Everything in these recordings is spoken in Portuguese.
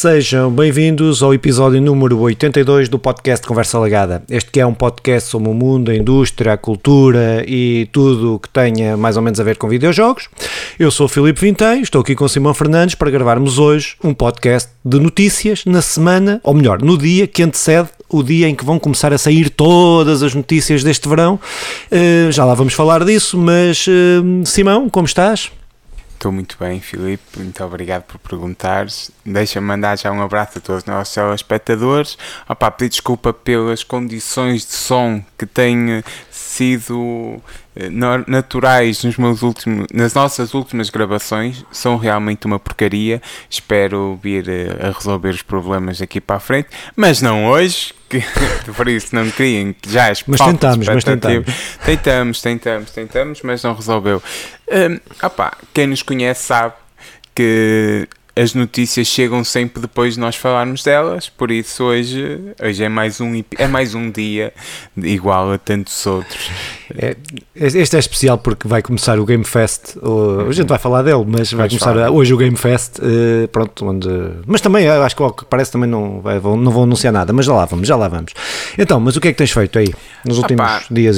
Sejam bem-vindos ao episódio número 82 do podcast Conversa Lagada. Este que é um podcast sobre o mundo, a indústria, a cultura e tudo o que tenha mais ou menos a ver com videojogos. Eu sou o Filipe Vintém, estou aqui com o Simão Fernandes para gravarmos hoje um podcast de notícias na semana, ou melhor, no dia que antecede o dia em que vão começar a sair todas as notícias deste verão. Já lá vamos falar disso, mas Simão, como estás? Estou muito bem, Filipe, muito obrigado por perguntares. Deixa-me mandar já um abraço a todos os nossos telespectadores. Pedir desculpa pelas condições de som que têm sido naturais nas nossas últimas gravações. São realmente uma porcaria. Espero vir a resolver os problemas daqui para a frente, mas não hoje, por isso não criem que já as mas tentamos, mas não resolveu. Quem nos conhece sabe que as notícias chegam sempre depois de nós falarmos delas, por isso hoje é mais um dia igual a tantos outros. Este é especial porque vai começar o Game Fest, a gente vai falar dele, mas vai começar hoje o Game Fest, mas também acho que ao que parece também não vou anunciar nada, mas já lá vamos. Então, mas o que é que tens feito aí nos últimos dias?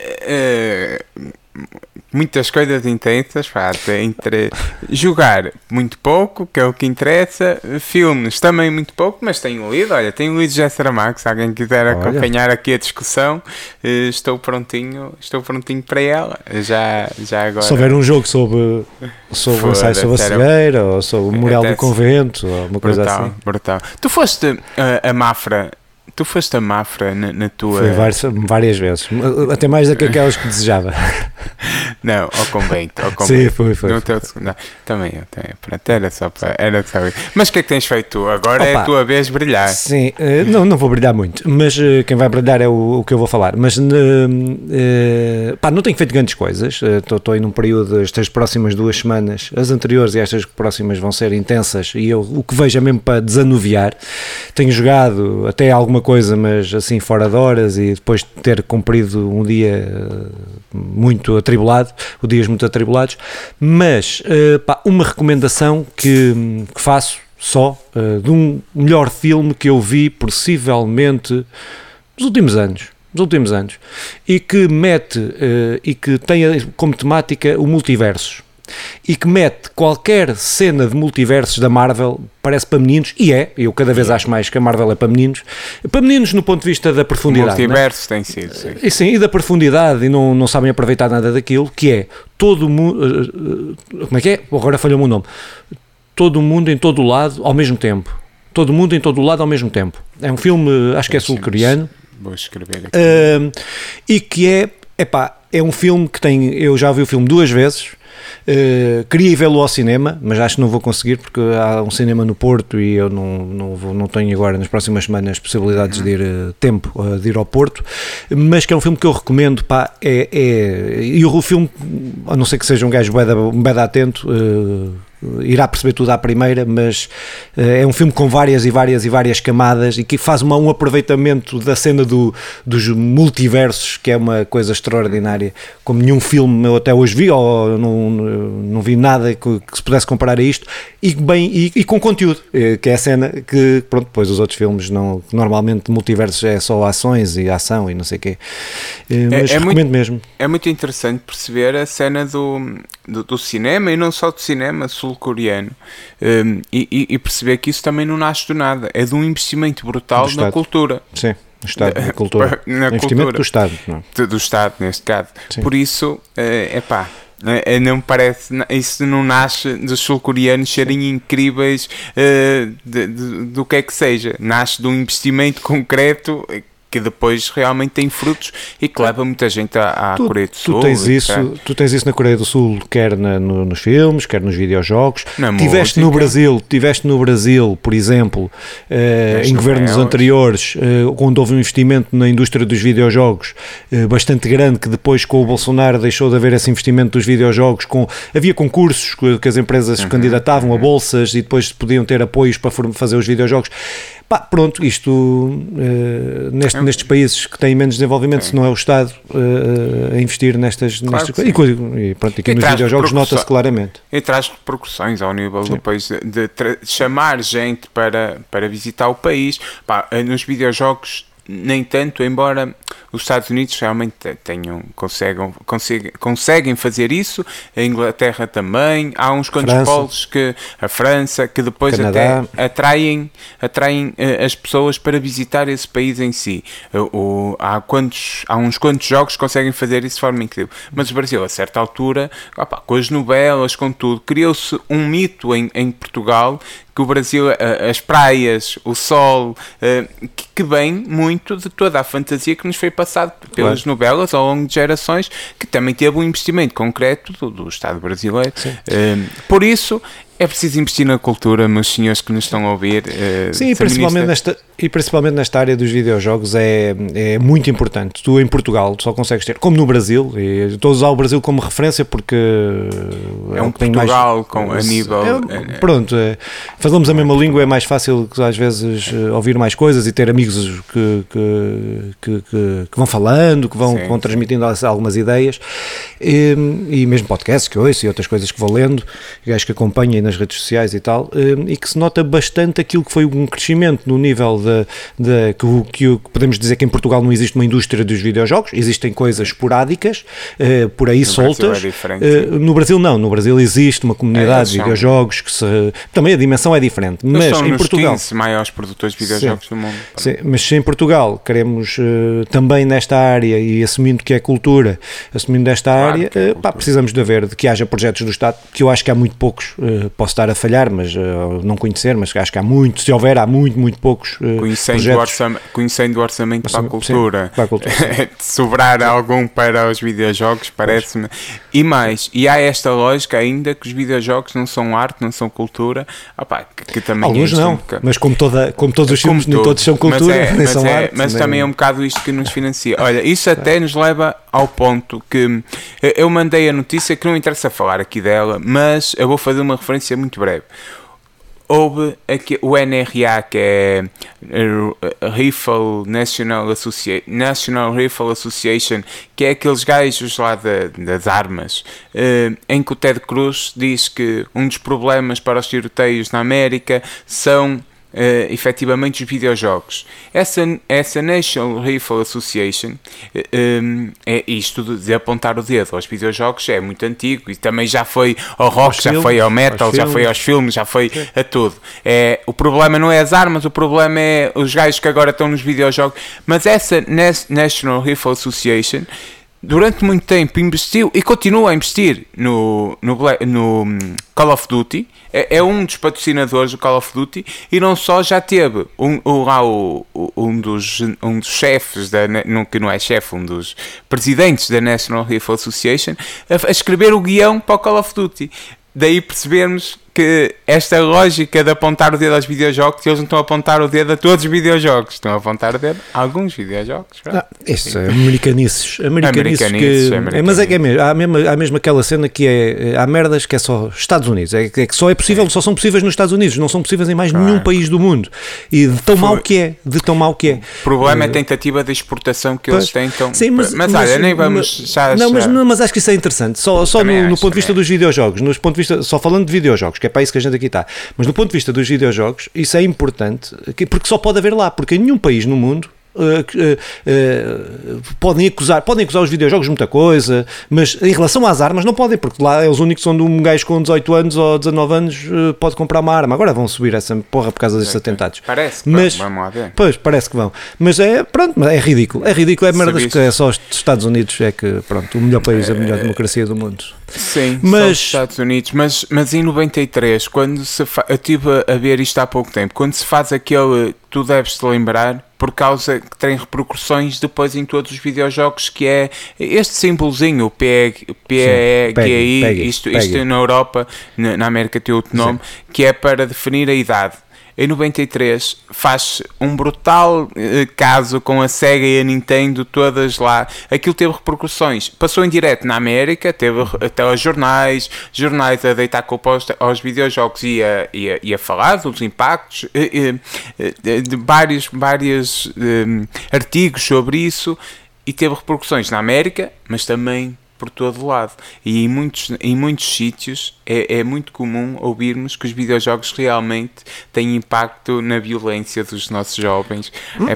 Muitas coisas intensas, entre jogar muito pouco, que é o que interessa, filmes também muito pouco, mas tenho lido já Saramago, se alguém quiser acompanhar aqui a discussão, estou prontinho para ela, já agora. Se houver um jogo sobre o ensaio sobre a cegueira, ou sobre o Memorial do Convento, ou uma coisa assim. Brutal. Tu foste a Mafra na tua... Foi várias vezes, até mais do que aquelas que desejava. Não, ao convento. Sim, foi. Não, também eu. Pronto, era só isso. Mas o que é que tens feito? Agora é a tua vez brilhar. Sim, não vou brilhar muito, mas quem vai brilhar é o que eu vou falar. Mas não tenho feito grandes coisas. Estou aí num período, estas próximas 2 semanas, as anteriores e estas próximas vão ser intensas, e eu o que vejo é mesmo para desanuviar. Tenho jogado até alguma coisa, mas assim fora de horas, e depois de ter cumprido um dia muito atribulado, dias muito atribulados, mas uma recomendação que faço só de um melhor filme que eu vi possivelmente nos últimos anos, e que e que tem como temática o multiverso, e que mete qualquer cena de multiversos da Marvel, parece para meninos, e eu cada vez acho mais que a Marvel é para meninos no ponto de vista da profundidade. O multiverso tem sido, sim. E da profundidade, e não sabem aproveitar nada daquilo, que é todo mundo, como é que é? Agora falhou-me o nome. Todo mundo em todo lado ao mesmo tempo. Todo mundo em todo lado ao mesmo tempo. É um filme, acho que é sul-coreano. Vou escrever aqui. E que é um filme que eu já vi o filme 2 vezes. Queria ir vê-lo ao cinema, mas acho que não vou conseguir porque há um cinema no Porto e eu não tenho agora nas próximas semanas possibilidades de ir de ir ao Porto, mas que é um filme que eu recomendo, e o filme, a não ser que seja um gajo bem atento, irá perceber tudo à primeira, mas é um filme com várias camadas, e que faz um aproveitamento da cena dos multiversos, que é uma coisa extraordinária, como nenhum filme eu até hoje vi, ou não vi nada que se pudesse comparar a isto, e com conteúdo, que é a cena que, pronto, depois os outros filmes, normalmente multiversos é só ações e ação e não sei o quê, mas recomendo mesmo. É muito interessante perceber a cena do cinema, e não só do cinema sul-coreano, e perceber que isso também não nasce do nada, é de um investimento brutal na cultura. Sim, no Estado, na cultura. Investimento do Estado. Não? Do Estado, neste caso. Sim. Por isso, não me parece, isso não nasce dos sul-coreanos serem incríveis do que é que seja, nasce de um investimento concreto que depois realmente tem frutos e que leva muita gente à Coreia do Sul. Tu tens isso na Coreia do Sul, quer nos filmes, quer nos videojogos. Tiveste no Brasil, por exemplo, em governos anteriores, onde houve um investimento na indústria dos videojogos bastante grande, que depois com o Bolsonaro deixou de haver esse investimento dos videojogos. Havia concursos que as empresas se candidatavam a bolsas e depois podiam ter apoios para fazer os videojogos. Pronto, isto nestes países que têm menos desenvolvimento, se não é o Estado a investir nestas coisas. E pronto, aqui nos videojogos nota-se claramente. E traz repercussões ao nível do país de chamar gente para visitar o país. Nos videojogos nem tanto, embora os Estados Unidos realmente conseguem fazer isso, a Inglaterra também, há uns quantos polos a França, que depois Canadá. Até atraem as pessoas para visitar esse país em si. Há uns quantos jogos que conseguem fazer isso de forma incrível, mas o Brasil a certa altura, com as novelas, com tudo, criou-se um mito em Portugal que o Brasil, as praias, o sol, que vem muito de toda a fantasia que nos foi passado pelas novelas ao longo de gerações, que também teve um investimento concreto do Estado brasileiro. Por isso, é preciso investir na cultura, meus senhores que nos estão a ouvir. Sim, e principalmente nesta área dos videojogos é muito importante. Tu em Portugal só consegues ter, como no Brasil, e estou a usar o Brasil como referência porque é um Portugal a nível... Pronto, falamos a mesma língua, é mais fácil às vezes ouvir mais coisas e ter amigos que vão falando, que vão transmitindo algumas ideias, e mesmo podcasts que ouço e outras coisas que vou lendo, gajos que acompanham nas redes sociais e tal, e que se nota bastante aquilo que foi um crescimento no nível que podemos dizer que em Portugal não existe uma indústria dos videojogos, existem coisas esporádicas, por aí soltas. No Brasil não, no Brasil existe uma comunidade de videojogos que também a dimensão é diferente, mas em Portugal... São os maiores produtores de videojogos do mundo. Sim, mas se em Portugal queremos também nesta área, e assumindo que é cultura, assumindo esta área, precisamos de que haja projetos do Estado, que eu acho que há muito poucos. Posso estar a falhar, mas não conhecer, mas acho que há muito, se houver, há muito poucos projetos. Conhecendo o orçamento para a cultura, para a cultura sobrar algum para os videojogos, parece-me. E há esta lógica ainda que os videojogos não são arte, não são cultura, que também alguns não, mas como todos os filmes, nem todos são cultura, nem são arte. Mas também é um bocado isto que nos financia. Olha, isso até nos leva ao ponto que eu mandei a notícia, que não interessa falar aqui dela, mas eu vou fazer uma referência muito breve. Houve aqui o NRA, que é National Rifle Association, que é aqueles gajos lá das armas, em que o Ted Cruz diz que um dos problemas para os tiroteios na América são efetivamente os videojogos. Essa National Rifle Association é isto de apontar o dedo aos videojogos, é muito antigo e também já foi ao rock, já foi ao metal, já foi aos filmes, já foi a tudo. O problema não é as armas, o problema é os gajos que agora estão nos videojogos. Mas essa National Rifle Association durante muito tempo investiu e continua a investir no Call of Duty, é um dos patrocinadores do Call of Duty, e não só, já teve um dos chefes, que não é chefe, um dos presidentes da National Rifle Association, a escrever o guião para o Call of Duty. Daí percebermos que esta lógica de apontar o dedo aos videojogos, que eles não estão a apontar o dedo a todos os videojogos, estão a apontar o dedo a alguns videojogos. Isso é americanices. Mas é que é mesmo, há mesmo aquela cena que há merdas que é só Estados Unidos, é que só é possível, só são possíveis nos Estados Unidos, não são possíveis em mais nenhum país do mundo, e de tão mau que é. O problema é a tentativa de exportação que eles tentam. Sim, mas olha, nem vamos mas acho que isso é interessante, só no ponto de vista dos videojogos, só falando de videojogos, que é para isso que a gente aqui está, mas do ponto de vista dos videojogos, isso é importante, porque só pode haver lá, porque em nenhum país no mundo podem acusar os videojogos de muita coisa, mas em relação às armas não podem, porque lá é os únicos onde um gajo com 18 anos ou 19 anos pode comprar uma arma. Agora vão subir essa porra por causa desses atentados. Parece que vamos lá ver. Pois, parece que vão. Mas é ridículo, é merdas que é só os Estados Unidos, é que pronto, o melhor país, a melhor democracia do mundo. Sim, mas os Estados Unidos, mas em 93, quando eu estive a ver isto há pouco tempo, quando se faz aquele, tu deves te lembrar, por causa que tem repercussões depois em todos os videojogos, que é este símbolozinho, o PEGI, isto na Europa, na América tem outro nome, que é para definir a idade. em 93 faz um brutal caso com a Sega e a Nintendo todas lá. Aquilo teve repercussões, passou em direto na América, teve até aos jornais a deitar culpa aos videojogos e a falar dos impactos, de vários artigos sobre isso, e teve repercussões na América, mas também por todo lado, e em muitos sítios é muito comum ouvirmos que os videojogos realmente têm impacto na violência dos nossos jovens.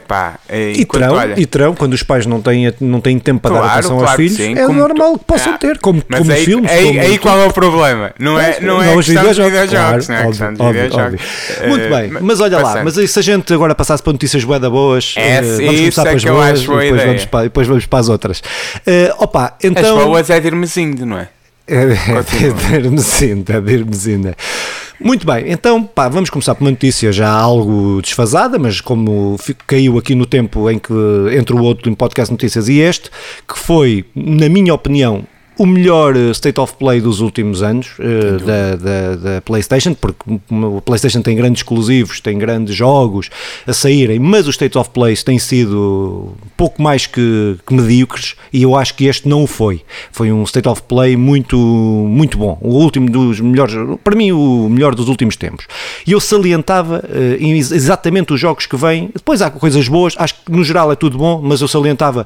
E terão, quando os pais não têm tempo para dar atenção aos filhos, sim, normal que possam ter, como aí, filmes. Aí qual é o problema? Não é os videojogos, não é questão de videojogos. Muito bem, mas olha lá, mas se a gente agora passasse para notícias bué da boas, vamos começar pelas boas e depois vamos para as outras. Então... As boas é de Hermesindo, não é? É de Hermesindo. Muito bem, então vamos começar por uma notícia já algo desfasada, mas como caiu aqui no tempo em que entre o outro podcast Notícias e este, que foi, na minha opinião, o melhor State of Play dos últimos anos da PlayStation, porque a PlayStation tem grandes exclusivos, tem grandes jogos a saírem, mas os State of Plays têm sido pouco mais que medíocres, e eu acho que este não o foi. Foi um State of Play muito, muito bom, o último dos melhores, para mim o melhor dos últimos tempos. E eu salientava exatamente os jogos que vêm, depois há coisas boas, acho que no geral é tudo bom, mas eu salientava...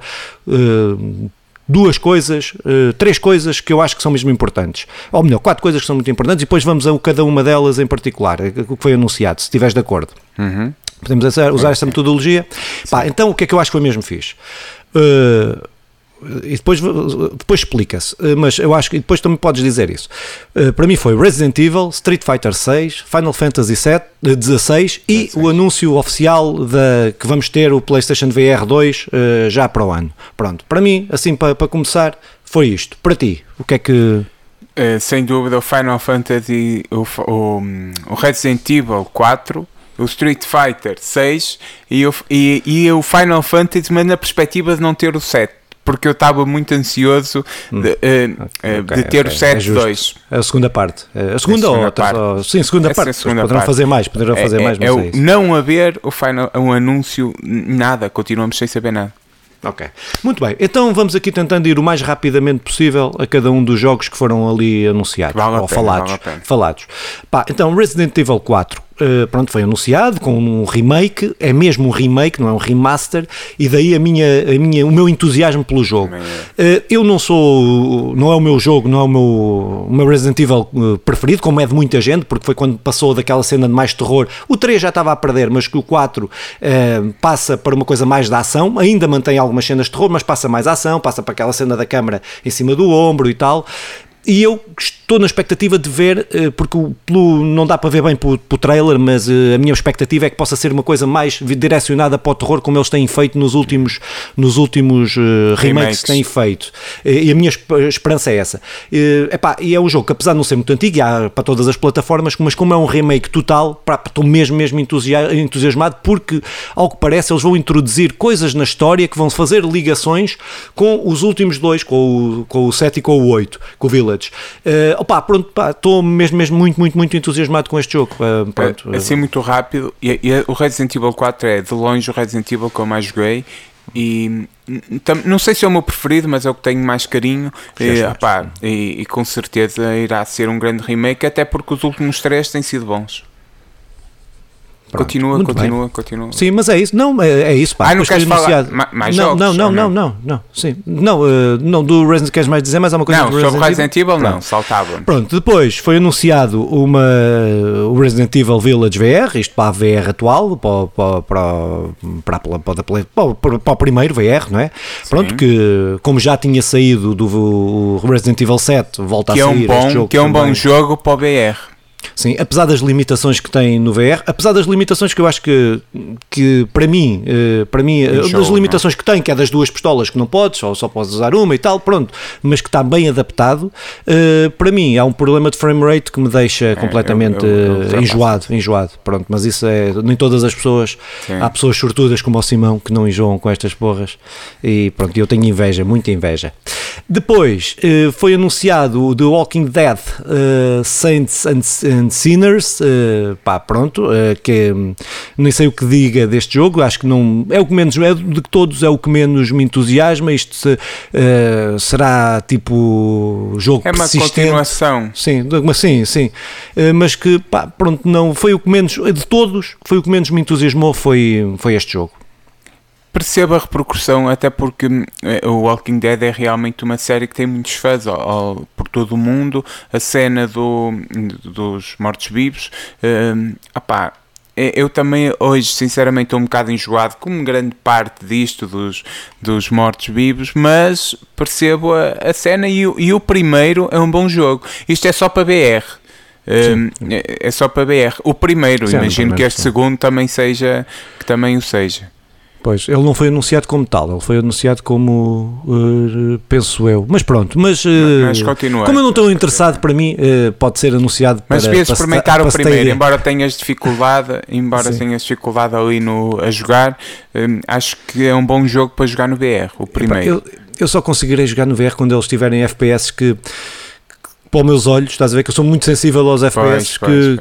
três coisas que eu acho que são mesmo importantes, ou melhor, 4 coisas que são muito importantes, e depois vamos a cada uma delas em particular, o que foi anunciado, se estiveres de acordo. Podemos usar esta metodologia. Então o que é que eu acho que foi mesmo fixe? E depois explica-se, mas eu acho que depois também podes dizer isso. Para mim foi Resident Evil, Street Fighter 6, Final Fantasy 16 e o anúncio oficial que vamos ter o PlayStation VR 2 já para o ano. Pronto, para mim, assim para começar, foi isto. Para ti, o que é que... sem dúvida o Final Fantasy, o Resident Evil 4, o Street Fighter 6 e o Final Fantasy, mas na perspectiva de não ter o 7. Porque eu estava muito ansioso de ter o 7-2. A segunda parte. A segunda parte. Sim, a segunda parte. Poderão fazer mais, mas é isso. Não haver um anúncio, nada, continuamos sem saber nada. Ok, muito bem, então vamos aqui tentando ir o mais rapidamente possível a cada um dos jogos que foram ali anunciados, falados. Então Resident Evil 4, pronto, foi anunciado com um remake, é mesmo um remake, não é um remaster, e daí o meu entusiasmo pelo jogo. Eu não é o meu jogo, não é o meu Resident Evil preferido, como é de muita gente, porque foi quando passou daquela cena de mais terror. O 3 já estava a perder, mas que o 4 passa para uma coisa mais de ação, ainda mantém algumas cenas de terror, mas passa mais ação, passa para aquela cena da câmara em cima do ombro e tal. E eu estou na expectativa de ver, porque não dá para ver bem pelo trailer, mas a minha expectativa é que possa ser uma coisa mais direcionada para o terror, como eles têm feito nos últimos remakes que têm feito. E a minha esperança é essa. E é um jogo que, apesar de não ser muito antigo, há para todas as plataformas, mas como é um remake total, estou mesmo entusiasmado, porque, ao que parece, eles vão introduzir coisas na história que vão fazer ligações com os últimos dois, com o 7 e com o 8, com o Village. Estou mesmo muito entusiasmado com este jogo. Assim, muito rápido, e o Resident Evil 4 é de longe o Resident Evil que eu mais joguei, e não sei se é o meu preferido, mas é o que tenho mais carinho, e com certeza irá ser um grande remake, até porque os últimos 3 têm sido bons. Pronto, continua. Sim, mas é isso. Não, é isso. Não queres falar mais jogos? Não. Sim. Não, do Resident Evil, queres mais dizer mais alguma coisa? Não, sobre Resident Evil não, saltava. Pronto, depois foi anunciado o Resident Evil Village VR, isto para a VR atual, para o primeiro VR, não é? Sim. Pronto, que como já tinha saído do Resident Evil 7, volta a sair este jogo. Que é um bom jogo para o VR. Sim, apesar das limitações que tem no VR, apesar das limitações que eu acho que para mim das limitações que tem, que é das duas pistolas que não podes, só podes usar uma e tal, pronto, mas que está bem adaptado, para mim há um problema de frame rate que me deixa completamente enjoado, pronto, mas isso nem todas as pessoas, há pessoas sortudas como o Simão que não enjoam com estas porras, e pronto, eu tenho muita inveja. Depois foi anunciado o The Walking Dead Saints and Sinners, pronto, que nem sei o que diga deste jogo, acho que não é o que menos, de todos é o que menos me entusiasma. Isto será tipo jogo persistente. É uma continuação. Sim, mas que pronto, não foi o que menos, de todos, foi o que menos me entusiasmou, foi este jogo. Percebo a repercussão, até porque o Walking Dead é realmente uma série que tem muitos fãs por todo o mundo. A cena dos mortos-vivos, eu também hoje sinceramente estou um bocado enjoado, como grande parte disto dos mortos-vivos, mas percebo a cena e o primeiro é um bom jogo. Isto é só para BR. É só para BR. O primeiro, imagino que este segundo também seja, que também o seja. Pois, ele não foi anunciado como tal, ele foi anunciado como, penso eu, mas pronto, mas continua, como eu não estou interessado, para mim pode ser anunciado mas para... Mas devias experimentar o primeiro, ter... embora tenhas dificuldade ali a jogar, acho que é um bom jogo para jogar no VR, o primeiro. Eu só conseguirei jogar no VR quando eles tiverem FPS que para os meus olhos, estás a ver que eu sou muito sensível aos FPS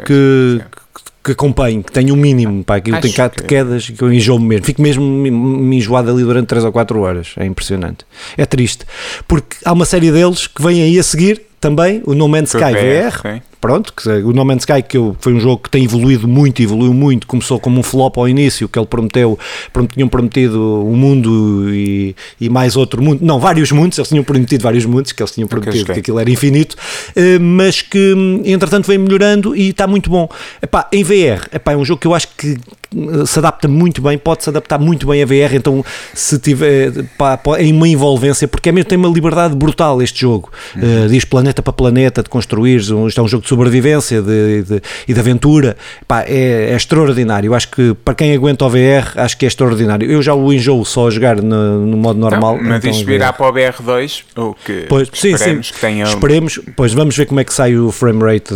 que acompanhe, que tenha um mínimo, aquilo tem quedas que eu enjoo-me mesmo, fico mesmo enjoado ali durante 3 ou 4 horas, é impressionante, é triste, porque há uma série deles que vêm aí a seguir também, o No Man's Sky VR, pronto, o No Man's Sky foi um jogo que tem evoluiu muito, começou como um flop ao início, que ele tinham prometido um mundo e mais outro mundo, não, vários mundos, eles tinham prometido vários mundos, que eles tinham prometido que aquilo era infinito, mas que entretanto vem melhorando e está muito bom. Em VR, é um jogo que eu acho que se adapta muito bem, pode-se adaptar muito bem a VR, então se tiver em uma envolvência, porque tem uma liberdade brutal este jogo, diz planeta para planeta, de construir, isto é um jogo de sobrevivência e de aventura, é extraordinário. Eu acho que para quem aguenta o VR, acho que é extraordinário. Eu já o enjoo só a jogar no modo normal. Mas isto virá para o VR2, o que esperemos que tenha... Esperemos, pois vamos ver como é que sai o frame rate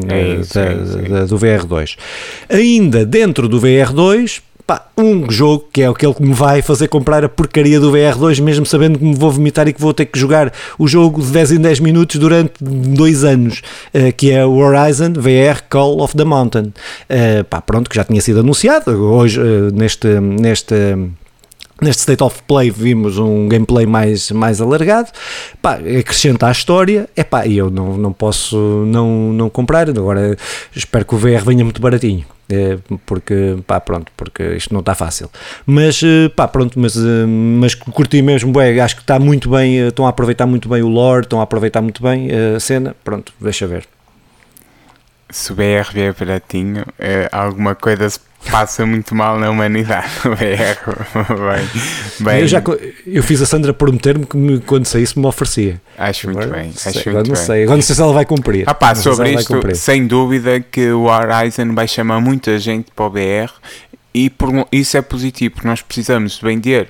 do VR2. Ainda dentro do VR2, um jogo que é aquele que me vai fazer comprar a porcaria do VR2, mesmo sabendo que me vou vomitar e que vou ter que jogar o jogo de 10 em 10 minutos durante 2 anos, que é o Horizon VR Call of the Mountain. Pronto, que já tinha sido anunciado. Hoje, neste State of Play vimos um gameplay mais alargado, acrescenta à história, e eu não posso não comprar. Agora espero que o VR venha muito baratinho, porque isto não está fácil, mas curti mesmo, acho que está muito bem, estão a aproveitar muito bem o lore, estão a aproveitar muito bem a cena, pronto, deixa ver. Se o VR vier baratinho, alguma coisa se passa muito mal na humanidade. O VR, bem. Eu fiz a Sandra prometer-me que quando saísse me oferecia. Acho muito bem. Agora não sei se ela vai cumprir. Sobre isto, sem dúvida que o Horizon vai chamar muita gente para o VR. E isso é positivo, porque nós precisamos vender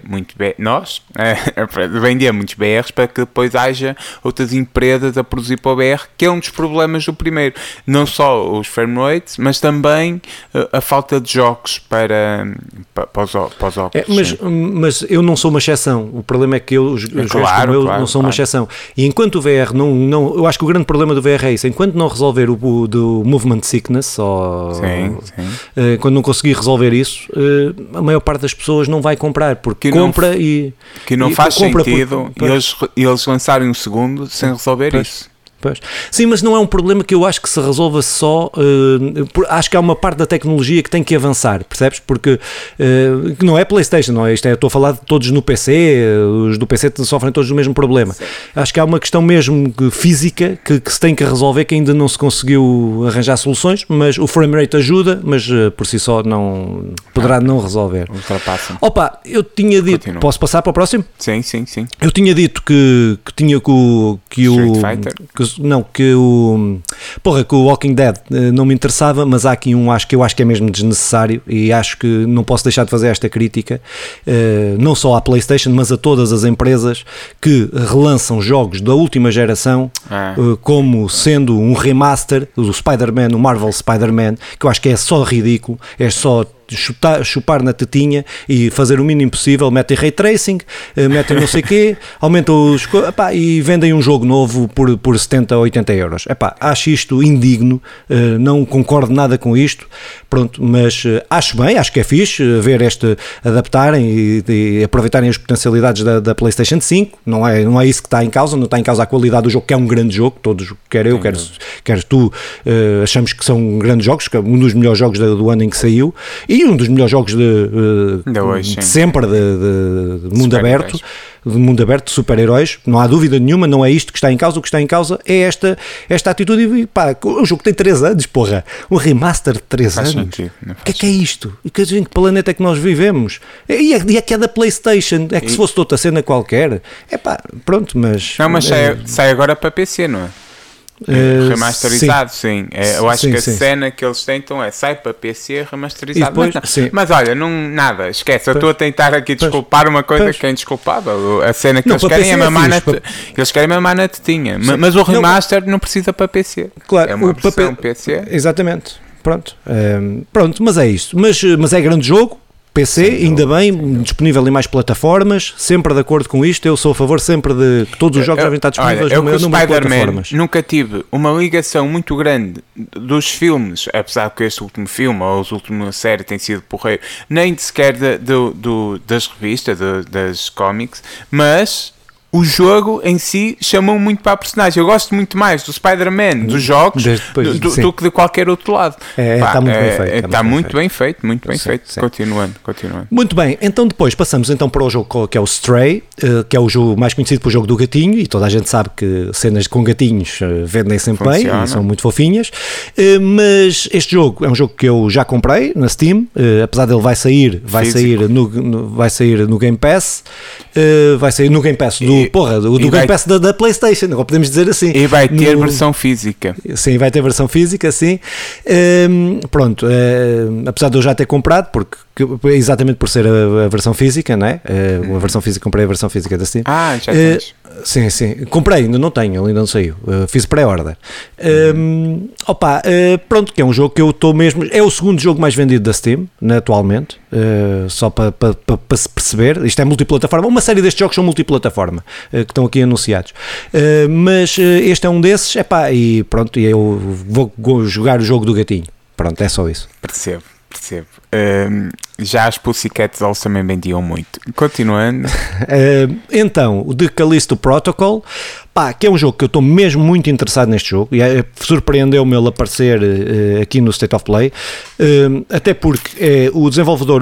vender muitos BRs para que depois haja outras empresas a produzir para o BR, que é um dos problemas do primeiro. Não só os frame rates, mas também a falta de jogos para os óculos. Mas eu não sou uma exceção. O problema é que os jogos como eu não sou uma exceção. E enquanto o VR não, eu acho que o grande problema do VR é isso. Enquanto não resolver o do movement sickness, quando não conseguir resolver isso, a maior parte das pessoas não vai comprar, porque que não faz sentido eles lançarem um segundo sem resolver isso. Pois. Sim, mas não é um problema que eu acho que se resolva só, acho que há uma parte da tecnologia que tem que avançar, percebes? Porque que não é PlayStation, não é? Estou a falar de todos no PC, os do PC sofrem todos do mesmo problema. Sim. Acho que há uma questão mesmo física que se tem que resolver, que ainda não se conseguiu arranjar soluções, mas o frame rate ajuda, mas por si só não poderá não resolver. Ultrapassa. Eu tinha dito, posso passar para o próximo? Sim. Eu tinha dito que tinha que o Street Fighter. Que o Walking Dead não me interessava, mas há aqui que eu acho que é mesmo desnecessário, e acho que não posso deixar de fazer esta crítica, não só à PlayStation, mas a todas as empresas que relançam jogos da última geração, como sendo um remaster do Spider-Man, o Marvel Spider-Man, que eu acho que é só ridículo, é só chupar na tetinha e fazer o mínimo possível, metem ray tracing, metem não sei o quê, aumentam os... Epá, e vendem um jogo novo por 70 ou 80 euros. Epá, acho isto indigno, não concordo nada com isto, pronto, mas acho bem, acho que é fixe ver adaptarem e aproveitarem as potencialidades da PlayStation 5, não é isso que está em causa, não está em causa a qualidade do jogo, que é um grande jogo, todos, quer eu, quer tu, achamos que são grandes jogos, que é um dos melhores jogos do ano em que saiu, e um dos melhores jogos de sempre de mundo aberto, de mundo aberto, de super-heróis, não há dúvida nenhuma, não é isto que está em causa, o que está em causa é esta atitude, e pá, o jogo tem 3 anos, porra, um remaster de 3 anos, o que é isto? Em que planeta é que nós vivemos? E é que é da PlayStation, é que se fosse outra cena qualquer, é pá, pronto, mas... Não, mas sai agora para PC, não é? Remasterizado, sim. Eu acho que a cena que eles tentam sai para PC remasterizado. Depois, mas olha, nada, esquece. Eu estou a tentar aqui desculpar uma coisa que é indesculpável. A cena que eles querem eles querem mamar na tetinha. Mas o remaster não precisa para PC. Claro, é uma versão PC. Exatamente. Pronto, mas é isto. Mas é grande jogo. PC, ainda bem, disponível em mais plataformas, sempre de acordo com isto, eu sou a favor sempre de que todos os jogos devem estar disponíveis no meu número de plataformas. Nunca tive uma ligação muito grande dos filmes, apesar que este último filme ou a última série tem sido porreiro, nem sequer das revistas, das cómics, mas... O jogo em si chamou muito para a personagem. Eu gosto muito mais do Spider-Man, dos jogos, do que de qualquer outro lado. Está muito bem feito. Está muito bem feito, muito bem feito. Sim. Continuando. Muito bem, então depois passamos então para o jogo que é o Stray, que é o jogo mais conhecido por o jogo do gatinho, e toda a gente sabe que cenas com gatinhos vendem sempre bem, e são muito fofinhas, mas este jogo é um jogo que eu já comprei na Steam, apesar dele vai sair no Game Pass, vai sair no Game Pass do Game Pass da PlayStation, agora podemos dizer assim. E vai ter versão física. Sim, vai ter versão física, sim. Pronto, apesar de eu já ter comprado, porque exatamente por ser a versão física, não é? A versão física, comprei a versão física da Steam. Já tens. Sim, comprei, ainda não tenho, ele ainda não saiu, fiz pré-order. Pronto, que é um jogo que eu estou mesmo, é o segundo jogo mais vendido da Steam, atualmente, só para se perceber, isto é multiplataforma, uma série destes jogos são multiplataforma, que estão aqui anunciados, mas este é um desses, e pronto, e eu vou jogar o jogo do gatinho, pronto, é só isso. Percebo. Já as Pussycat Dolls também vendiam muito. Continuando. Então, o The Callisto Protocol, que é um jogo que eu estou mesmo muito interessado neste jogo, e surpreendeu-me ele aparecer aqui no State of Play, até porque o desenvolvedor,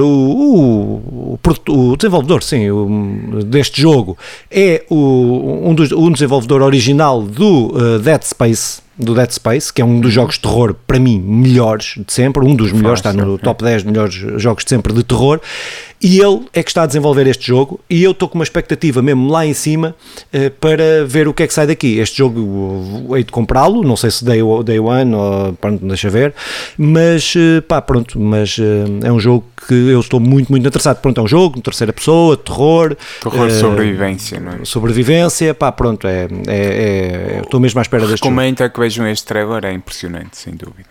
deste jogo é um desenvolvedor original do Dead Space, que é um dos jogos de terror, para mim, melhores de sempre, um dos melhores, está no top 10 melhores jogos de sempre de terror, e ele é que está a desenvolver este jogo, e eu estou com uma expectativa mesmo lá em cima para ver o que é que sai daqui. Este jogo, hei de comprá-lo, não sei se day one, ou pronto, deixa ver, mas é um jogo que eu estou muito, muito interessado. Pronto, é um jogo, terceira pessoa, terror, sobrevivência, não é? Sobrevivência, pronto, estou mesmo à espera deste jogo. Comenta que vejam este trailer, é impressionante, sem dúvida.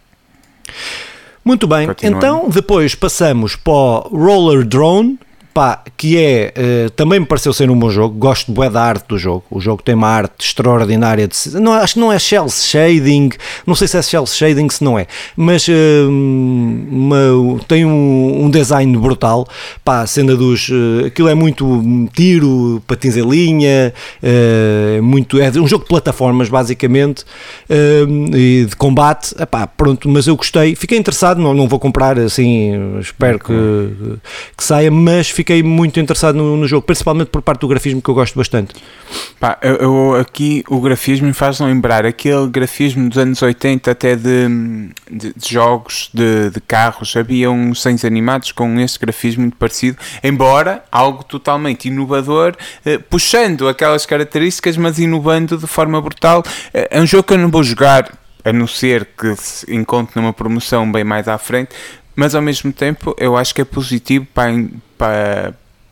Muito bem, então depois passamos para o Roller Drone, que também me pareceu ser um bom jogo, gosto bué da arte do jogo, o jogo tem uma arte extraordinária, acho que não é shell shading, não sei se é shell shading, se não é, mas tem um design brutal, a cena aquilo é muito tiro, patins em linha, é um jogo de plataformas basicamente, e de combate, pronto, mas eu gostei, fiquei interessado, não vou comprar assim, espero que saia, mas fiquei muito interessado no jogo, principalmente por parte do grafismo, que eu gosto bastante. Aqui o grafismo me faz lembrar aquele grafismo dos anos 80 até de jogos de carros, havia uns desenhos animados com este grafismo muito parecido, embora algo totalmente inovador, puxando aquelas características, mas inovando de forma brutal. É um jogo que eu não vou jogar, a não ser que se encontre numa promoção bem mais à frente, mas ao mesmo tempo eu acho que é positivo para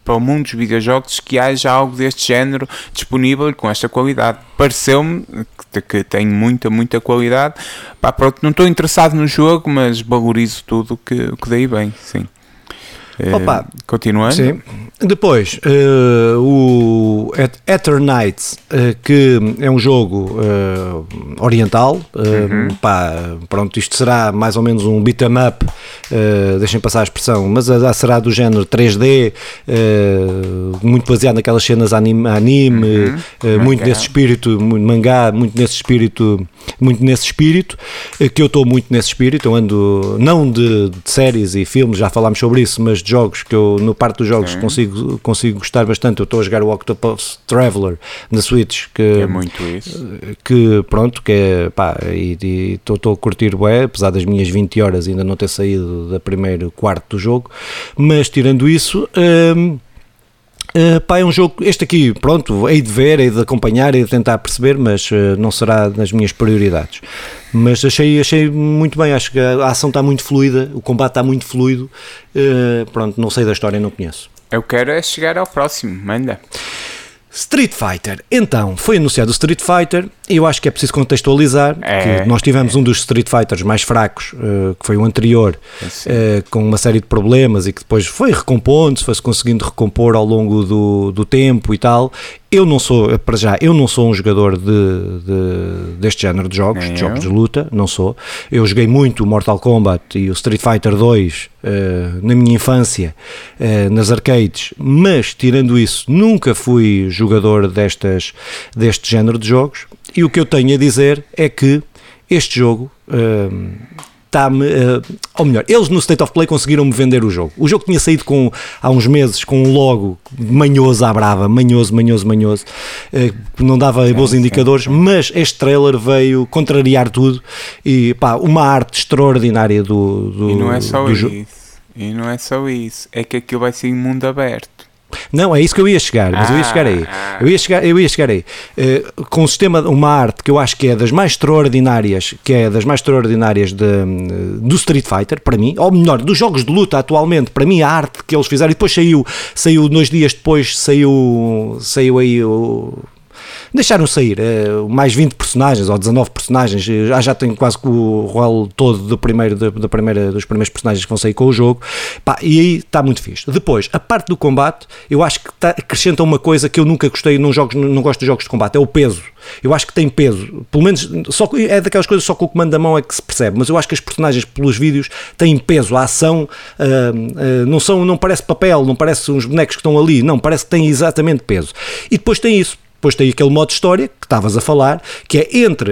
para o mundo dos videojogos que haja algo deste género disponível e com esta qualidade. Pareceu-me que tem muita qualidade. Pá, pronto, não estou interessado no jogo, mas valorizo tudo que daí vem, sim. Opa, continuando. Sim. Depois, o Eternights, que é um jogo oriental. Pá, pronto, isto será mais ou menos um beat 'em up, deixem passar a expressão, mas será do género 3D, muito baseado naquelas cenas anime, muito nesse espírito, mangá, muito nesse espírito, que eu estou muito nesse espírito. Eu ando, não de séries e filmes, já falámos sobre isso, mas de jogos, que eu no parte dos jogos consigo gostar bastante. Eu estou a jogar o Octopath Traveler na Switch, que é muito isso, que pronto, que é pá, e estou a curtir bué, apesar das minhas 20 horas ainda não ter saído da primeiro quarto do jogo, mas tirando isso, pá, é um jogo, este aqui, pronto, hei de ver, hei de acompanhar, hei de tentar perceber, mas não será nas minhas prioridades. Mas achei muito bem, acho que a ação está muito fluida, o combate está muito fluido, pronto, não sei da história, não conheço. Eu quero é chegar ao próximo, manda. Street Fighter, então, foi anunciado o Street Fighter, e eu acho que é preciso contextualizar que nós tivemos um dos Street Fighters mais fracos, que foi o anterior, com uma série de problemas, e que depois foi recompondo-se, foi-se conseguindo recompor ao longo do tempo e tal. Eu não sou, para já, eu não sou um jogador deste género de jogos de luta, não sou. Eu joguei muito o Mortal Kombat e o Street Fighter 2 na minha infância, nas arcades, mas tirando isso, nunca fui jogador deste género de jogos, e o que eu tenho a dizer é que este jogo ou melhor, eles no State of Play conseguiram-me vender o jogo. O jogo tinha saído há uns meses com um logo manhoso à brava, manhoso, não dava bons indicadores, mas este trailer veio contrariar tudo, e pá, uma arte extraordinária do E não é só jogo. E não é só isso, é que aquilo vai ser em mundo aberto. Não, é isso que eu ia chegar, mas eu ia chegar aí. Com um sistema, uma arte que eu acho que é das mais extraordinárias, do Street Fighter, para mim, ou melhor, dos jogos de luta atualmente, para mim a arte que eles fizeram, e depois saiu 2 dias depois, saiu aí deixaram sair mais 20 personagens ou 19 personagens, já tenho quase o rol todo dos primeiros personagens que vão sair com o jogo. Pá, e aí está muito fixe. Depois, a parte do combate, eu acho que acrescenta uma coisa que eu nunca gostei, não gosto de jogos de combate, é o peso. Eu acho que tem peso, pelo menos é daquelas coisas só com o comando da mão é que se percebe, mas eu acho que as personagens pelos vídeos têm peso, a ação não parece papel, não parece uns bonecos que estão ali, não, parece que tem exatamente peso. E depois tem isso. Depois tem aquele modo de história que estavas a falar, que é entre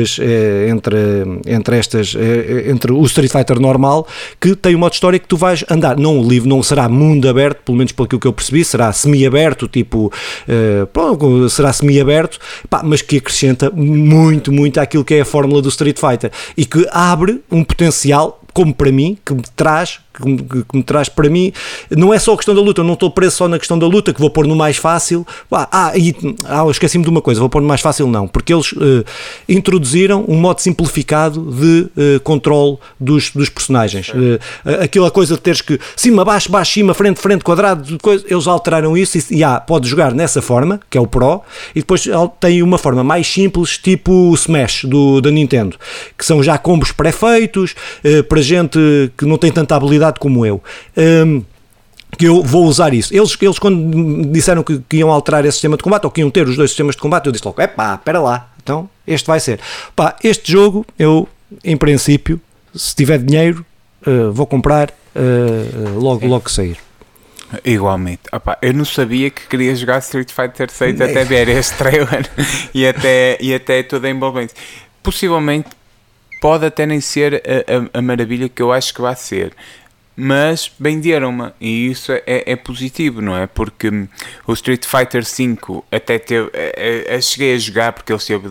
o Street Fighter normal, que tem o modo de história que tu vais andar, não será mundo aberto, pelo menos pelo que eu percebi, será semi-aberto, será semi-aberto, mas que acrescenta muito àquilo que é a fórmula do Street Fighter, e que abre um potencial, como para mim, que me traz para mim, não é só a questão da luta, eu não estou preso só na questão da luta, que vou pôr no mais fácil, esqueci-me de uma coisa, vou pôr no mais fácil não, porque eles introduziram um modo simplificado de controle dos personagens, aquela coisa de teres que cima, baixo, cima, frente, quadrado, eles alteraram isso e pode jogar nessa forma, que é o Pro, e depois tem uma forma mais simples, tipo o Smash da Nintendo, que são já combos pré-feitos, para gente que não tem tanta habilidade como eu, que eu vou usar isso. Eles quando me disseram que iam alterar esse sistema de combate, ou que iam ter os 2 sistemas de combate, eu disse logo, espera lá, então este vai ser. Este jogo, eu, em princípio, se tiver dinheiro, vou comprar logo que sair. Igualmente. Eu não sabia que queria jogar Street Fighter 6 até ver este trailer e até toda a envolvência. Possivelmente pode até nem ser a maravilha que eu acho que vai ser, mas venderam-me, e isso é positivo, não é? Porque o Street Fighter 5 até teve, cheguei a jogar porque ele esteve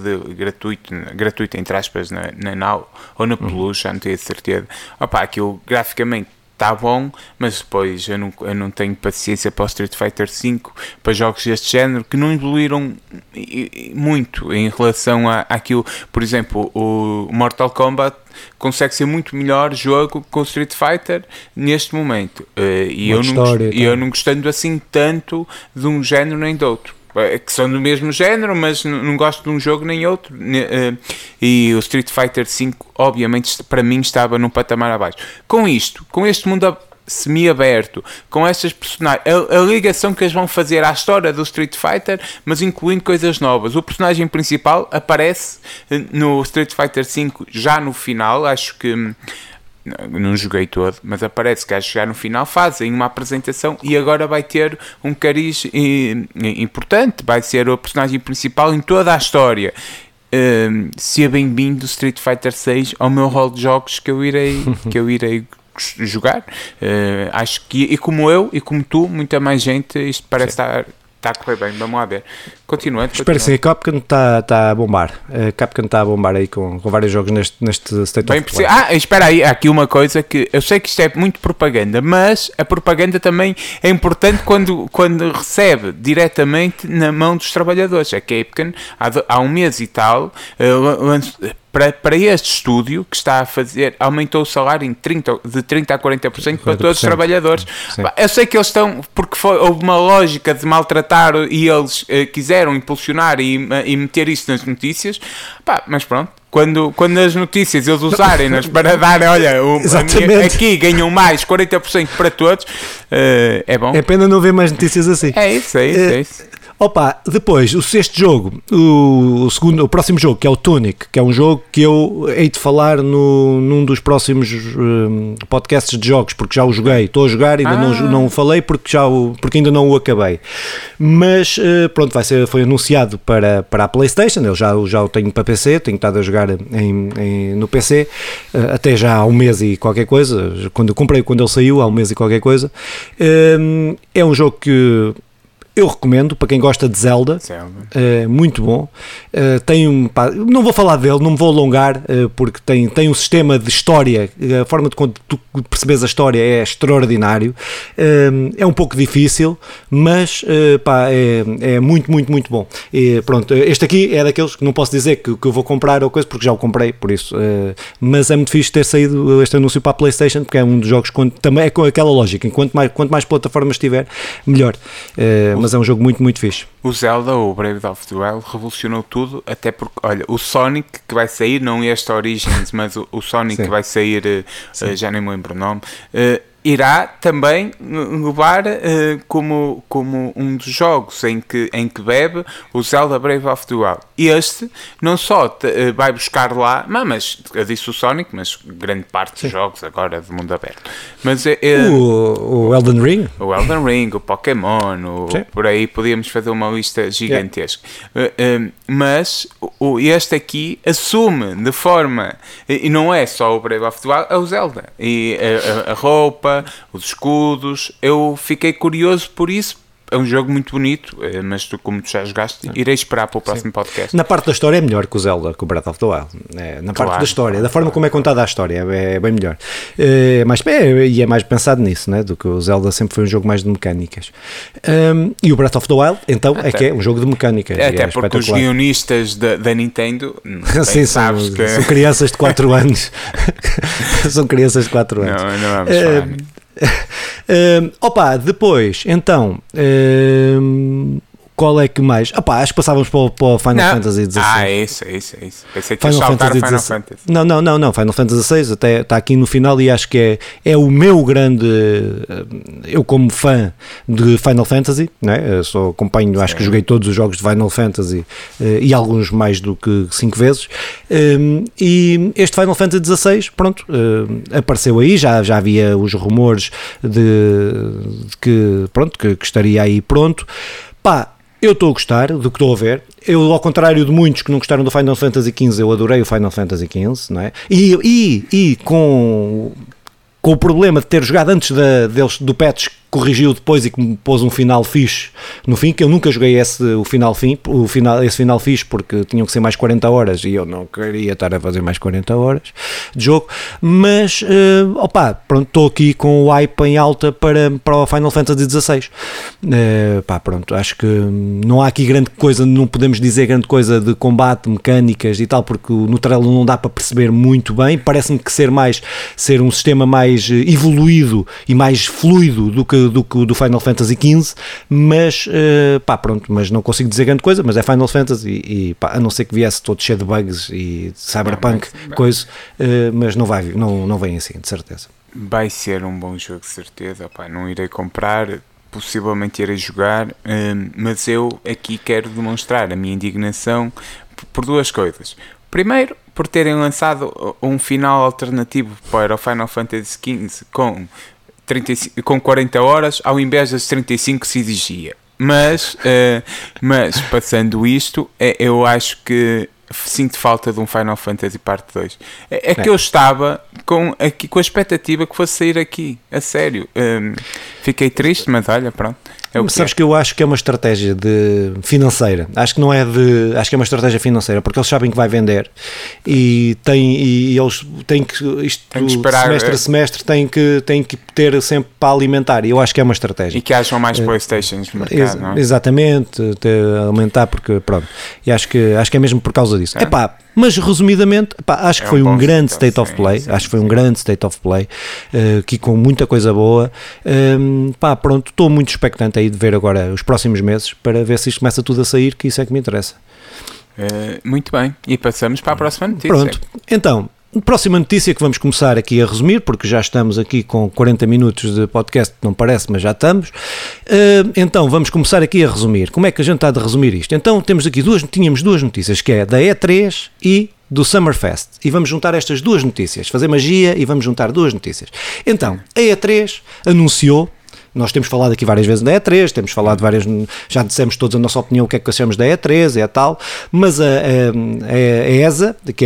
gratuito entre aspas na Now ou na Plus, já não tenho certeza. Aquilo graficamente está bom, mas depois eu não tenho paciência para o Street Fighter V, para jogos deste género, que não evoluíram muito em relação àquilo. Por exemplo, o Mortal Kombat consegue ser muito melhor jogo com o Street Fighter neste momento, e eu não gostando assim tanto de um género nem de outro, que são do mesmo género, mas não gosto de um jogo nem outro, e o Street Fighter V obviamente para mim estava num patamar abaixo. Com este mundo semi-aberto, com estas personagens, a ligação que eles vão fazer à história do Street Fighter, mas incluindo coisas novas. O personagem principal aparece no Street Fighter V já no final, acho que não joguei todo, mas aparece que acho que já no final fazem uma apresentação e agora vai ter um cariz importante, vai ser o personagem principal em toda a história. Seja bem-vindo Street Fighter 6 ao meu hall de jogos que eu irei jogar. Acho que, e como eu e como tu, muita mais gente, isto parece estar a correr bem. Vamos lá ver. Continuando. Espero sim, a Capcom está a bombar. A Capcom está a bombar aí com vários jogos neste State of Play. Espera aí, há aqui uma coisa que eu sei que isto é muito propaganda, mas a propaganda também é importante quando recebe diretamente na mão dos trabalhadores. A Capcom há um mês e tal para este estúdio que está a fazer, aumentou o salário de 30% a 40% para todos os trabalhadores. Eu sei que eles estão, porque houve uma lógica de maltratar e eles quiseram impulsionar e meter isso nas notícias, mas pronto. Quando as notícias eles usarem-nas para dar, olha, aqui ganham mais 40% para todos, é bom. É pena não ver mais notícias assim. É isso. Opa, depois, o sexto jogo, o próximo jogo, que é o Tunic, que é um jogo que eu hei de falar num dos próximos podcasts de jogos, porque já o joguei, estou a jogar, ainda não o falei porque ainda não o acabei. Mas, pronto, foi anunciado para a PlayStation, eu já o tenho para PC, tenho estado a jogar no PC, até já há um mês e qualquer coisa, quando ele saiu, há um mês e qualquer coisa. É um jogo que eu recomendo para quem gosta de Zelda. Muito bom. Não vou falar dele, não me vou alongar, porque tem um sistema de história, a forma de quando tu percebes a história é extraordinário. É um pouco difícil, mas é muito, muito, muito bom. E, pronto, este aqui é daqueles que não posso dizer que eu vou comprar ou coisa, porque já o comprei, por isso. Mas é muito fixe ter saído este anúncio para a PlayStation, porque é um dos jogos também é com aquela lógica, quanto mais plataformas tiver, melhor. Mas é um jogo muito, muito fixe. O Zelda, o Breath of the Wild, revolucionou tudo, até porque, olha, o Sonic que vai sair, não este Origins, mas o Sonic que vai sair, já nem me lembro o nome, irá também levar como um dos jogos em que bebe o Zelda Breath of the Wild. Este não só vai buscar lá, mas eu disse o Sonic, mas grande parte dos jogos agora de mundo aberto. Mas o Elden Ring? O Elden Ring, o Pokémon, por aí podíamos fazer uma lista gigantesca. Mas este aqui assume de forma, e não é só o Breath of the Wild, é o Zelda. E a roupa, os escudos, eu fiquei curioso por isso. É um jogo muito bonito, mas como tu já jogaste, irei esperar para o próximo podcast. Na parte da história é melhor que o Zelda, que o Breath of the Wild. Parte da história, da forma como é contada a história, é bem melhor. E é mais pensado nisso, né, do que o Zelda sempre foi um jogo mais de mecânicas. E o Breath of the Wild, então, é que é um jogo de mecânicas. Até porque os guionistas da Nintendo sim, são crianças de 4 anos. São crianças de 4 anos. Não vamos falar. Depois, então, qual é que mais? Acho que passávamos para o Final Fantasy XVI. É isso. Pensei que ia saltar Final Fantasy. Não, Final Fantasy XVI até está aqui no final e acho que é o meu grande... Eu como fã de Final Fantasy, né? Eu só acompanho, acho que joguei todos os jogos de Final Fantasy e alguns mais do que 5 vezes. E este Final Fantasy XVI, pronto, apareceu aí, já havia os rumores de que estaria aí pronto. Eu estou a gostar do que estou a ver. Eu, ao contrário de muitos que não gostaram do Final Fantasy XV, eu adorei o Final Fantasy XV, não é? E com o problema de ter jogado antes do patch corrigiu depois e que me pôs um final fixe no fim, que eu nunca joguei esse final fixe porque tinham que ser mais 40 horas e eu não queria estar a fazer mais 40 horas de jogo, mas pronto, estou aqui com o hype em alta para o Final Fantasy XVI. Pronto, acho que não há aqui grande coisa, não podemos dizer grande coisa de combate, mecânicas e tal, porque no trailer não dá para perceber muito bem, parece-me que ser um sistema mais evoluído e mais fluido do que do Final Fantasy XV, mas pronto, mas não consigo dizer grande coisa, mas é Final Fantasy e a não ser que viesse todo cheio de bugs e de cyberpunk, coisa, mas não vem assim, de certeza. Vai ser um bom jogo, de certeza, não irei comprar, possivelmente irei jogar, mas eu aqui quero demonstrar a minha indignação por duas coisas. Primeiro, por terem lançado um final alternativo para o Final Fantasy XV com 40 horas ao invés das 35 que se exigia. Mas passando isto, eu acho que sinto falta de um Final Fantasy Parte 2. Que eu estava com a expectativa que fosse sair aqui, a sério. Fiquei triste, mas olha, pronto. Sabes que eu acho que é uma estratégia financeira. Acho que é uma estratégia financeira, porque eles sabem que vai vender e eles têm que esperar, semestre a semestre têm que ter sempre para alimentar, e eu acho que é uma estratégia. E que hajam mais Playstations no mercado, não é? Exatamente, aumentar, porque pronto. E acho que é mesmo por causa disso. Mas resumidamente, acho que foi um grande State of Play, acho que foi um grande State of Play, aqui com muita coisa boa. Pronto, estou muito expectante aí de ver agora os próximos meses, para ver se isto começa tudo a sair, que isso é que me interessa. Muito bem, e passamos para a próxima notícia. Pronto, então, próxima notícia que vamos começar aqui a resumir, porque já estamos aqui com 40 minutos de podcast, não parece, mas já estamos. Então, vamos começar aqui a resumir. Como é que a gente está de resumir isto? Então, tínhamos duas notícias, que é da E3 e do Summerfest. E vamos juntar estas duas notícias, fazer magia e vamos juntar duas notícias. Então, a E3 anunciou. Nós temos falado aqui várias vezes da E3, temos falado já dissemos todos a nossa opinião, o que é que achamos da E3 e tal, mas a ESA, que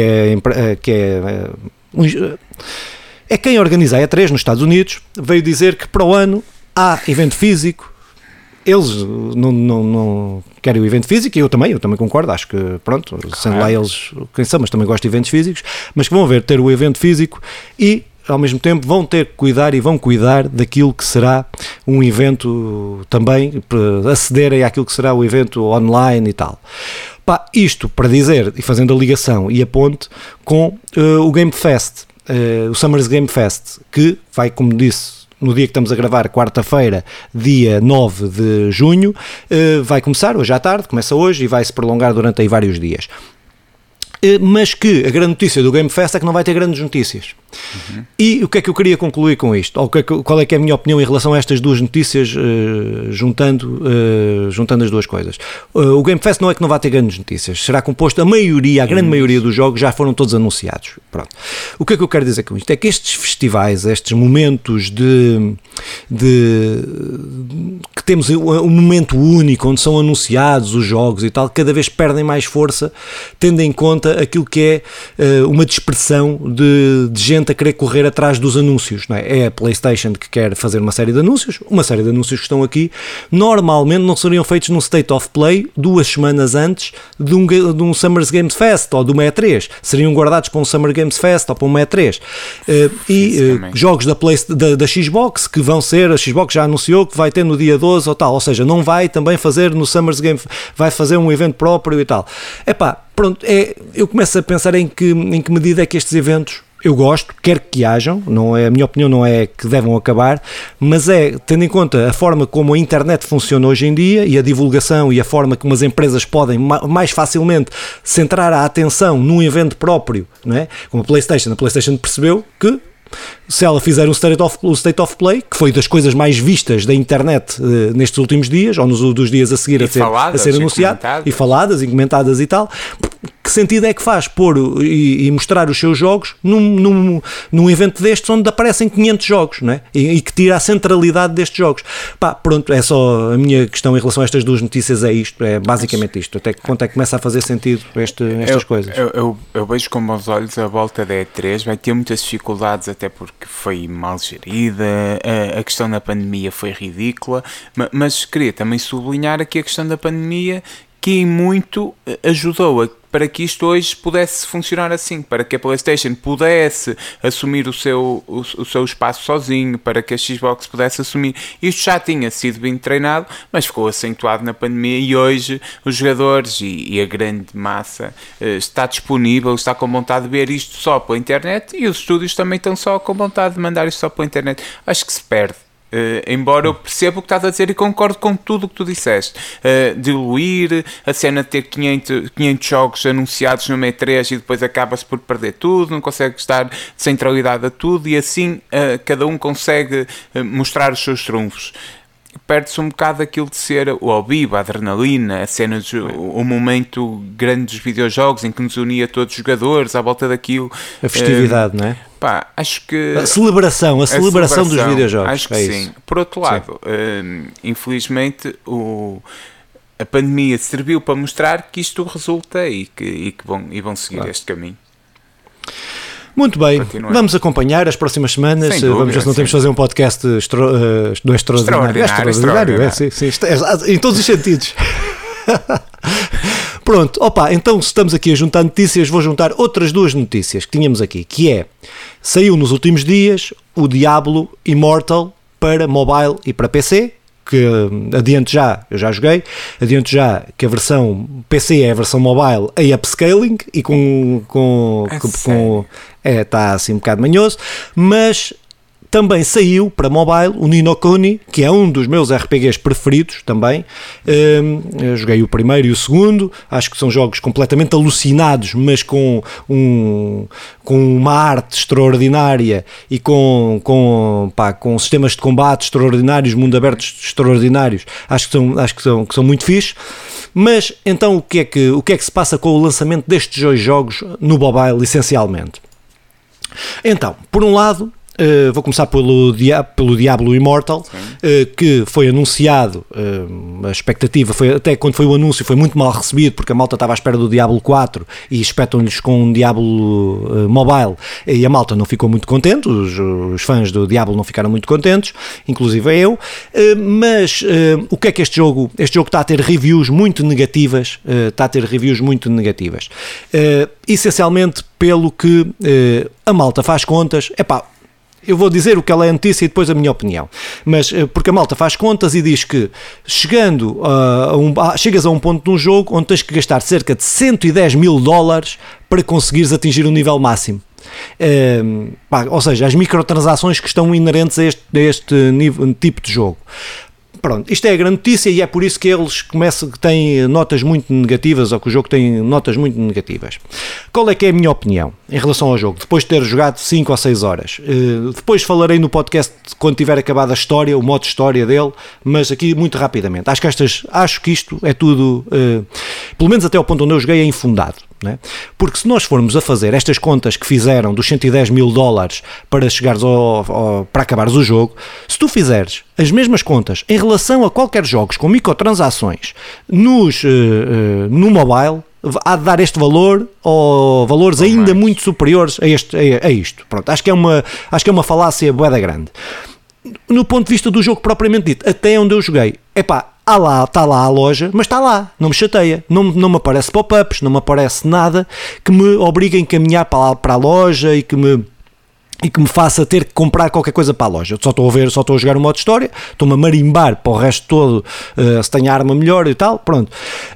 é quem organiza a E3 nos Estados Unidos, veio dizer que para o ano há evento físico. Eles não querem o evento físico, e eu também concordo, acho que pronto, sendo lá eles quem são, mas também gosto de eventos físicos, mas que vão ter o evento físico e ao mesmo tempo vão ter que cuidar e vão cuidar daquilo que será um evento também, para acederem àquilo que será o evento online e tal. Isto para dizer, e fazendo a ligação e a ponte com o Game Fest, o Summer's Game Fest, que vai, como disse, no dia que estamos a gravar, quarta-feira, dia 9 de junho, vai começar hoje à tarde, começa hoje e vai se prolongar durante aí vários dias. Mas que a grande notícia do Game Fest é que não vai ter grandes notícias. E o que é que eu queria concluir com isto? Ou qual é que é a minha opinião em relação a estas duas notícias, juntando as duas coisas? O Game Fest não é que não vai ter grandes notícias, será composto, a grande maioria dos jogos já foram todos anunciados. Pronto. O que é que eu quero dizer com isto? É que estes festivais, estes momentos que temos um momento único, onde são anunciados os jogos e tal, cada vez perdem mais força, tendo em conta aquilo que é uma dispersão de gente a querer correr atrás dos anúncios, não é? É a PlayStation que quer fazer uma série de anúncios que estão aqui, normalmente não seriam feitos num State of Play 2 semanas antes de um Summer Games Fest ou de uma E3, seriam guardados para um Summer Games Fest ou para uma E3. Jogos da Xbox, que vão ser, a Xbox já anunciou que vai ter no dia 12 ou tal, ou seja, não vai também fazer no Summer Game, vai fazer um evento próprio e tal. Pronto, eu começo a pensar em que medida é que estes eventos eu gosto, quero que hajam, não é, a minha opinião não é que devam acabar, mas tendo em conta a forma como a internet funciona hoje em dia e a divulgação e a forma como as empresas podem mais facilmente centrar a atenção num evento próprio, não é? Como a PlayStation percebeu que se ela fizer um State of Play, que foi das coisas mais vistas da internet nestes últimos dias, ou dos dias a seguir a ser anunciado, e faladas e comentadas e tal, que sentido é que faz pôr e mostrar os seus jogos num evento destes onde aparecem 500 jogos, não é? E que tira a centralidade destes jogos. Pá, pronto, é só a minha questão em relação a estas duas notícias, é isto, é basicamente isto. Até que ponto é que começa a fazer sentido estas coisas? Eu vejo com bons olhos a volta da E3, vai ter muitas dificuldades, até porque foi mal gerida, a questão da pandemia foi ridícula, mas queria também sublinhar aqui a questão da pandemia, que em muito ajudou para que isto hoje pudesse funcionar assim, para que a PlayStation pudesse assumir o seu espaço sozinho, para que a Xbox pudesse assumir. Isto já tinha sido bem treinado, mas ficou acentuado na pandemia, e hoje os jogadores e a grande massa está disponível, está com vontade de ver isto só pela internet, e os estúdios também estão só com vontade de mandar isto só pela internet. Acho que se perde. Embora eu perceba o que estás a dizer e concordo com tudo o que tu disseste, diluir a cena de ter 500 jogos anunciados no E3 e depois acaba-se por perder tudo, não consegue estar centralidade a tudo, e assim cada um consegue mostrar os seus trunfos. Perde-se um bocado aquilo de ser o ao vivo, a adrenalina, a cena, o momento grande dos videojogos em que nos unia todos os jogadores à volta daquilo. A festividade, não é? Pá, acho que... A celebração dos videojogos. Acho que sim. Por outro lado, infelizmente, a pandemia serviu para mostrar que isto resulta e que vão seguir este caminho. Muito bem, vamos acompanhar as próximas semanas. Dúvida, vamos ver se não temos de fazer um podcast extraordinário. Sim, em todos os sentidos. Pronto, então se estamos aqui a juntar notícias, vou juntar outras duas notícias que tínhamos aqui, que é, saiu nos últimos dias o Diablo Immortal para mobile e para PC, que eu já joguei, adianto já que a versão PC é a versão mobile em upscaling e está assim um bocado manhoso, mas também saiu para mobile o Ni no Kuni, que é um dos meus RPGs preferidos também. Eu joguei o primeiro e o segundo, acho que são jogos completamente alucinados, mas com uma arte extraordinária e com sistemas de combate extraordinários, mundo abertos extraordinários. Acho que são muito fixe. Mas então o que é que se passa com o lançamento destes dois jogos no mobile, essencialmente? Então, por um lado, vou começar pelo Diablo Immortal, que foi anunciado, a expectativa foi, até quando foi o anúncio, foi muito mal recebido, porque a malta estava à espera do Diablo 4 e espetam-lhes com um Diablo Mobile, e a malta não ficou muito contente, os fãs do Diablo não ficaram muito contentes, inclusive eu, mas o que é que este jogo está a ter reviews muito negativas, essencialmente pelo que a malta faz contas. Eu vou dizer o que ela é a notícia e depois a minha opinião, mas porque a malta faz contas e diz que chegas a um ponto de um jogo onde tens que gastar cerca de $110 mil para conseguires atingir o nível máximo. Ou seja, as microtransações que estão inerentes a este tipo de jogo. Pronto, isto é a grande notícia e é por isso que eles têm notas muito negativas, ou que o jogo tem notas muito negativas. Qual é que é a minha opinião em relação ao jogo, depois de ter jogado 5 ou 6 horas? Depois falarei no podcast quando tiver acabado a história, o modo história dele, mas aqui muito rapidamente. Acho que isto é tudo, pelo menos até ao ponto onde eu joguei, é infundado. Né? Porque se nós formos a fazer estas contas que fizeram dos $110 mil para chegares para acabares o jogo, se tu fizeres as mesmas contas em relação a qualquer jogos com microtransações no mobile, há de dar este valor ou valores ainda muito superiores a isto. Pronto, acho que é uma falácia bué da grande. No ponto de vista do jogo propriamente dito, até onde eu joguei, está lá a loja, mas está lá, não me chateia, não me aparece pop-ups, não me aparece nada que me obrigue a encaminhar para a loja e que me faça ter que comprar qualquer coisa para a loja. Só estou a jogar o modo história, estou-me a marimbar para o resto todo, se tenho a arma melhor e tal, pronto.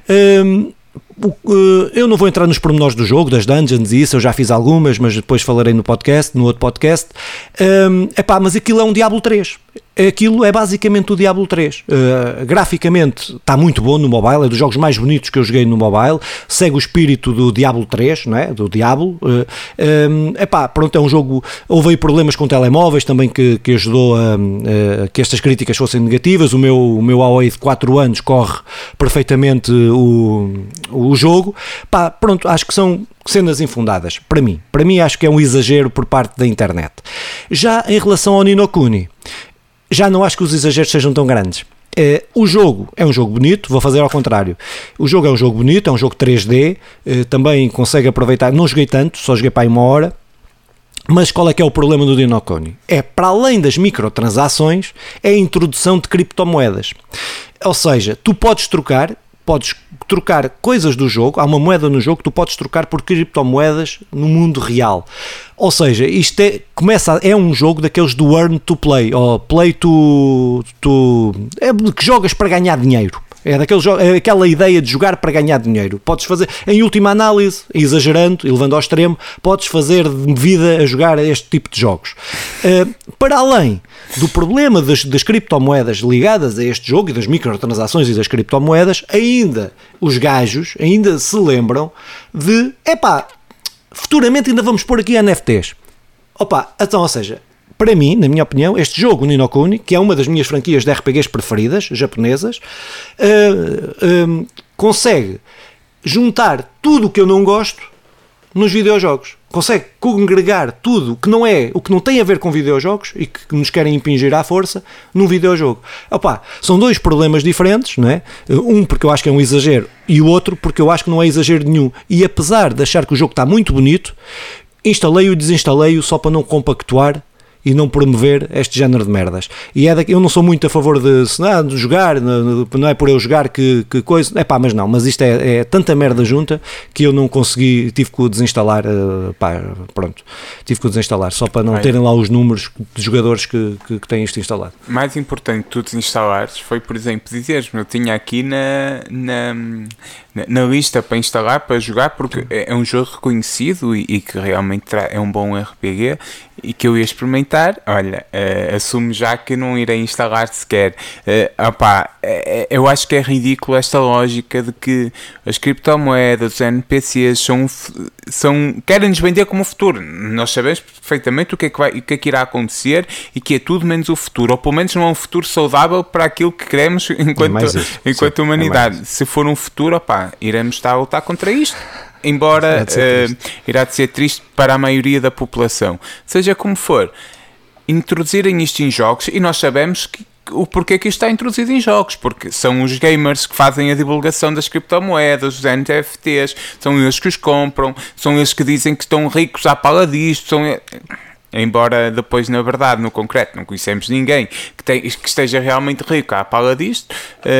Eu não vou entrar nos pormenores do jogo, das dungeons e isso, eu já fiz algumas, mas depois falarei no outro podcast. Mas aquilo é um Diablo 3. aquilo é basicamente o Diablo 3. Graficamente está muito bom no mobile, é dos jogos mais bonitos que eu joguei no mobile, segue o espírito do Diablo 3, não é? Do Diablo. Pronto, é um jogo, houve aí problemas com telemóveis também que ajudou a que estas críticas fossem negativas. O meu Huawei de 4 anos corre perfeitamente o jogo. Pronto, acho que são cenas infundadas, para mim acho que é um exagero por parte da internet. Já em relação ao Ni no Kuni, já não acho que os exageros sejam tão grandes. O jogo é um jogo bonito, vou fazer ao contrário. O jogo é um jogo bonito, é um jogo 3D, também consegue aproveitar, não joguei tanto, só joguei para aí 1 hora, mas qual é que é o problema do Ni no Kuni? Para além das microtransações, é a introdução de criptomoedas. Ou seja, tu podes trocar coisas do jogo, há uma moeda no jogo que tu podes trocar por criptomoedas no mundo real. Ou seja, isto é um jogo daqueles do earn to play, ou play to que jogas para ganhar dinheiro. É aquela ideia de jogar para ganhar dinheiro. Podes fazer, em última análise, exagerando e levando ao extremo, podes fazer de vida a jogar este tipo de jogos. Para além do problema das criptomoedas ligadas a este jogo e das microtransações e das criptomoedas, ainda os gajos ainda se lembram de, futuramente ainda vamos pôr aqui NFTs. Então, ou seja, para mim, na minha opinião, este jogo, Ni no Kuni, que é uma das minhas franquias de RPGs preferidas, japonesas, consegue juntar tudo o que eu não gosto nos videojogos. Consegue congregar tudo o que não tem a ver com videojogos e que nos querem impingir à força num videojogo. São dois problemas diferentes, não é? Um porque eu acho que é um exagero e o outro porque eu acho que não é exagero nenhum. E apesar de achar que o jogo está muito bonito, instalei-o e desinstalei-o só para não compactuar e não promover este género de merdas. E eu não sou muito a favor de jogar, não é por eu jogar que coisa, mas isto é tanta merda junta que eu não consegui, tive que o desinstalar, tive que o desinstalar, só para não terem lá os números de jogadores que têm isto instalado. Mais importante que tu desinstalares foi, por exemplo, dizeres-me, eu tinha aqui na lista para instalar, para jogar, porque é um jogo reconhecido e que realmente é um bom RPG e que eu ia experimentar. Olha, assumo já que não irei instalar sequer. Eu acho que é ridículo esta lógica de que as criptomoedas, os NPCs querem-nos vender como o futuro. Nós sabemos perfeitamente o que é que irá acontecer e que é tudo menos o futuro, ou pelo menos não é um futuro saudável para aquilo que queremos enquanto humanidade. Se for um futuro, iremos estar a lutar contra isto. Embora irá de ser triste para a maioria da população. Seja como for, introduzirem isto em jogos, e nós sabemos o porquê que isto está introduzido em jogos, porque são os gamers que fazem a divulgação das criptomoedas, os NFTs, são eles que os compram, são eles que dizem que estão ricos à pala disto, embora depois, na verdade, no concreto, não conhecemos ninguém que esteja realmente rico à pala disto.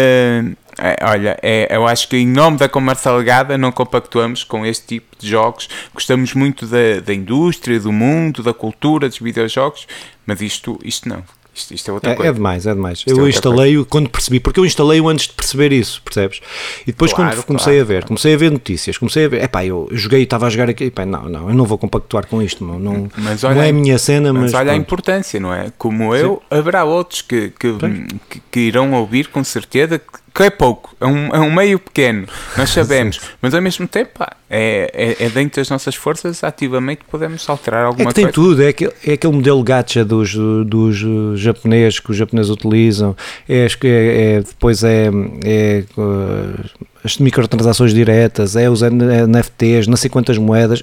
Eu acho que em nome da conversa legada não compactuamos com este tipo de jogos. Gostamos muito da indústria, do mundo, da cultura dos videojogos, mas isto não. Isto é outra coisa. É demais. Eu instalei-o quando percebi, porque eu instalei-o antes de perceber isso, percebes? E depois quando comecei a ver notícias, eu joguei e estava a jogar aqui, eu não vou compactuar com isto, não é a minha cena, mas olha a importância, não é? Como eu, haverá outros que irão ouvir com certeza que é pouco, é um meio pequeno, nós sabemos, mas ao mesmo tempo é dentro das nossas forças, ativamente podemos alterar alguma coisa. Tem tudo, é aquele modelo gacha dos japoneses que os japoneses utilizam, depois as microtransações diretas, os NFTs, não sei quantas moedas,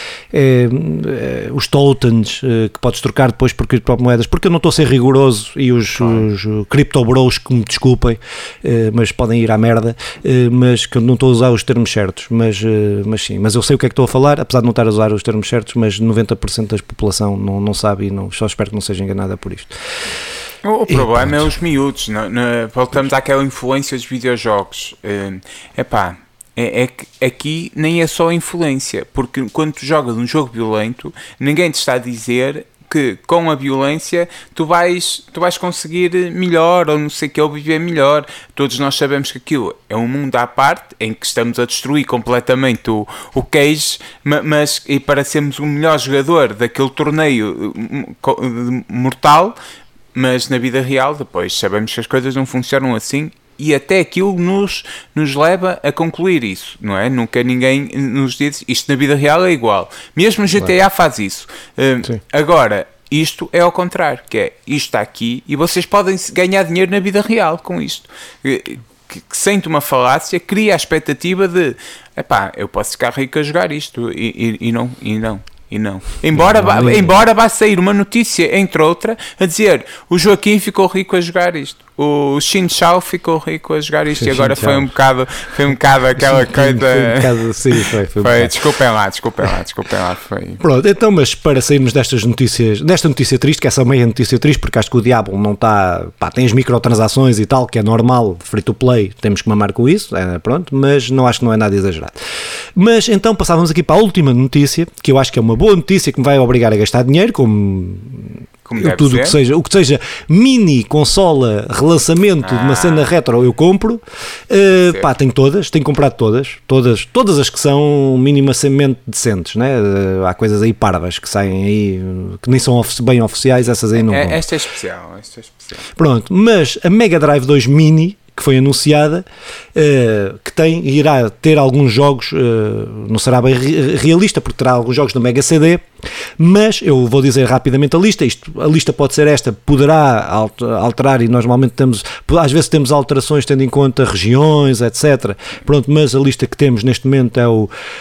os tokens que podes trocar depois por criptomoedas, porque eu não estou a ser rigoroso e os crypto bros que me desculpem, mas podem ir à merda, mas que eu não estou a usar os termos certos, mas sim, mas eu sei o que é que estou a falar, apesar de não estar a usar os termos certos, mas 90% da população não sabe e só espero que não seja enganada por isto. O problema é os miúdos, voltamos àquela influência dos videojogos. Aqui nem é só a influência, porque quando tu jogas um jogo violento, ninguém te está a dizer que com a violência tu vais conseguir melhor, ou não sei o que, ou viver melhor. Todos nós sabemos que aquilo é um mundo à parte, em que estamos a destruir completamente o cage, e para sermos o melhor jogador daquele torneio mortal, mas na vida real depois sabemos que as coisas não funcionam assim. E até aquilo nos leva a concluir isso, não é? Nunca ninguém nos diz isto na vida real é igual. Mesmo o GTA faz isso. Agora, isto é ao contrário, que é isto está aqui e vocês podem ganhar dinheiro na vida real com isto. Que sente uma falácia, cria a expectativa de eu posso ficar rico a jogar isto e não. Embora vá sair uma notícia, entre outra, a dizer o Joaquim ficou rico a jogar isto, o Xin Chao ficou rico a jogar isto, e agora foi um bocado aquela coisa. Foi. Desculpem lá. Foi. Pronto, então, mas para sairmos desta notícia triste, que é essa meia notícia triste, porque acho que o Diablo não está. Tem as microtransações e tal, que é normal, free to play, temos que mamar com isso, pronto, mas não acho que não é nada exagerado. Mas então passávamos aqui para a última notícia, que eu acho que é uma boa notícia que me vai obrigar a gastar dinheiro, como tudo o que seja mini consola, relançamento de uma cena retro, eu compro. Tenho comprado todas as que são minimamente decentes, né? Há coisas aí parvas que saem aí que nem são bem oficiais, essas aí não vão. Esta é especial. Pronto, mas a Mega Drive 2 Mini, que foi anunciada, que irá ter alguns jogos, não será bem realista, porque terá alguns jogos da Mega CD, mas eu vou dizer rapidamente a lista pode ser esta, poderá alterar, e nós normalmente às vezes temos alterações tendo em conta regiões, etc. Pronto, mas a lista que temos neste momento é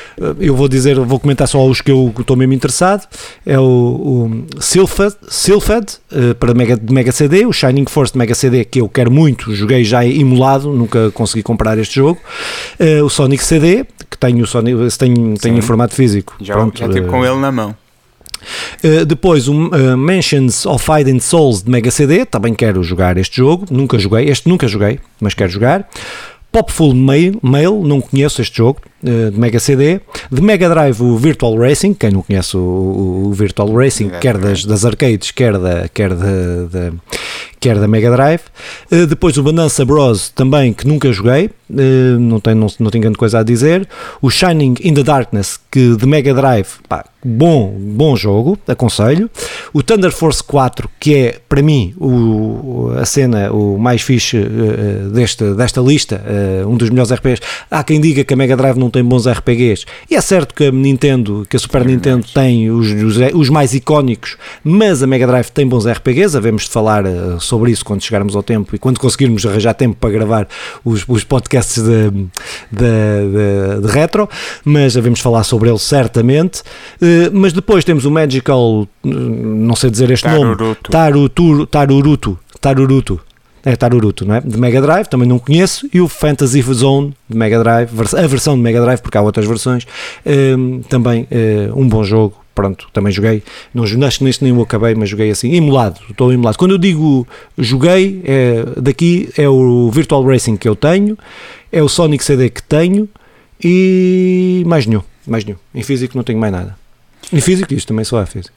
vou comentar só os que eu estou mesmo interessado, é o Silphid para Mega CD, o Shining Force de Mega CD, que eu quero muito, joguei já emulado, nunca consegui comprar este jogo, o Sonic CD, que tenho em formato físico. Já estive com ele na mão. Depois o Mansions of Hidden Souls de Mega CD, também quero jogar este jogo, nunca joguei, mas quero jogar. Popful Mail, não conheço este jogo, de Mega CD. De Mega Drive, o Virtual Racing, quem não conhece o Virtual Racing, quer das arcades, quer da Mega Drive. Depois o Bonanza Bros, também, que nunca joguei, não tenho grande coisa a dizer. O Shining in the Darkness, que de Mega Drive, bom jogo, aconselho. O Thunder Force 4, que é, para mim, a cena, o mais fixe desta lista, um dos melhores RPGs. Há quem diga que a Mega Drive não tem bons RPGs, e é certo que a Super Nintendo tem os mais icónicos, mas a Mega Drive tem bons RPGs, havemos de falar sobre isso quando chegarmos ao tempo e quando conseguirmos arranjar tempo para gravar os podcasts de retro, mas havemos de falar sobre ele certamente. Mas depois temos o Magical, não sei dizer este nome, Taruruto, não é? De Mega Drive, também não conheço, e o Fantasy Zone de Mega Drive, a versão de Mega Drive, porque há outras versões, também um bom jogo. Pronto, também joguei, acho que neste nem o acabei, mas joguei assim, estou emulado. Quando eu digo joguei, daqui é o Virtual Racing que eu tenho, é o Sonic CD que tenho, e mais nenhum. Em físico não tenho mais nada. Em físico isto também só é físico.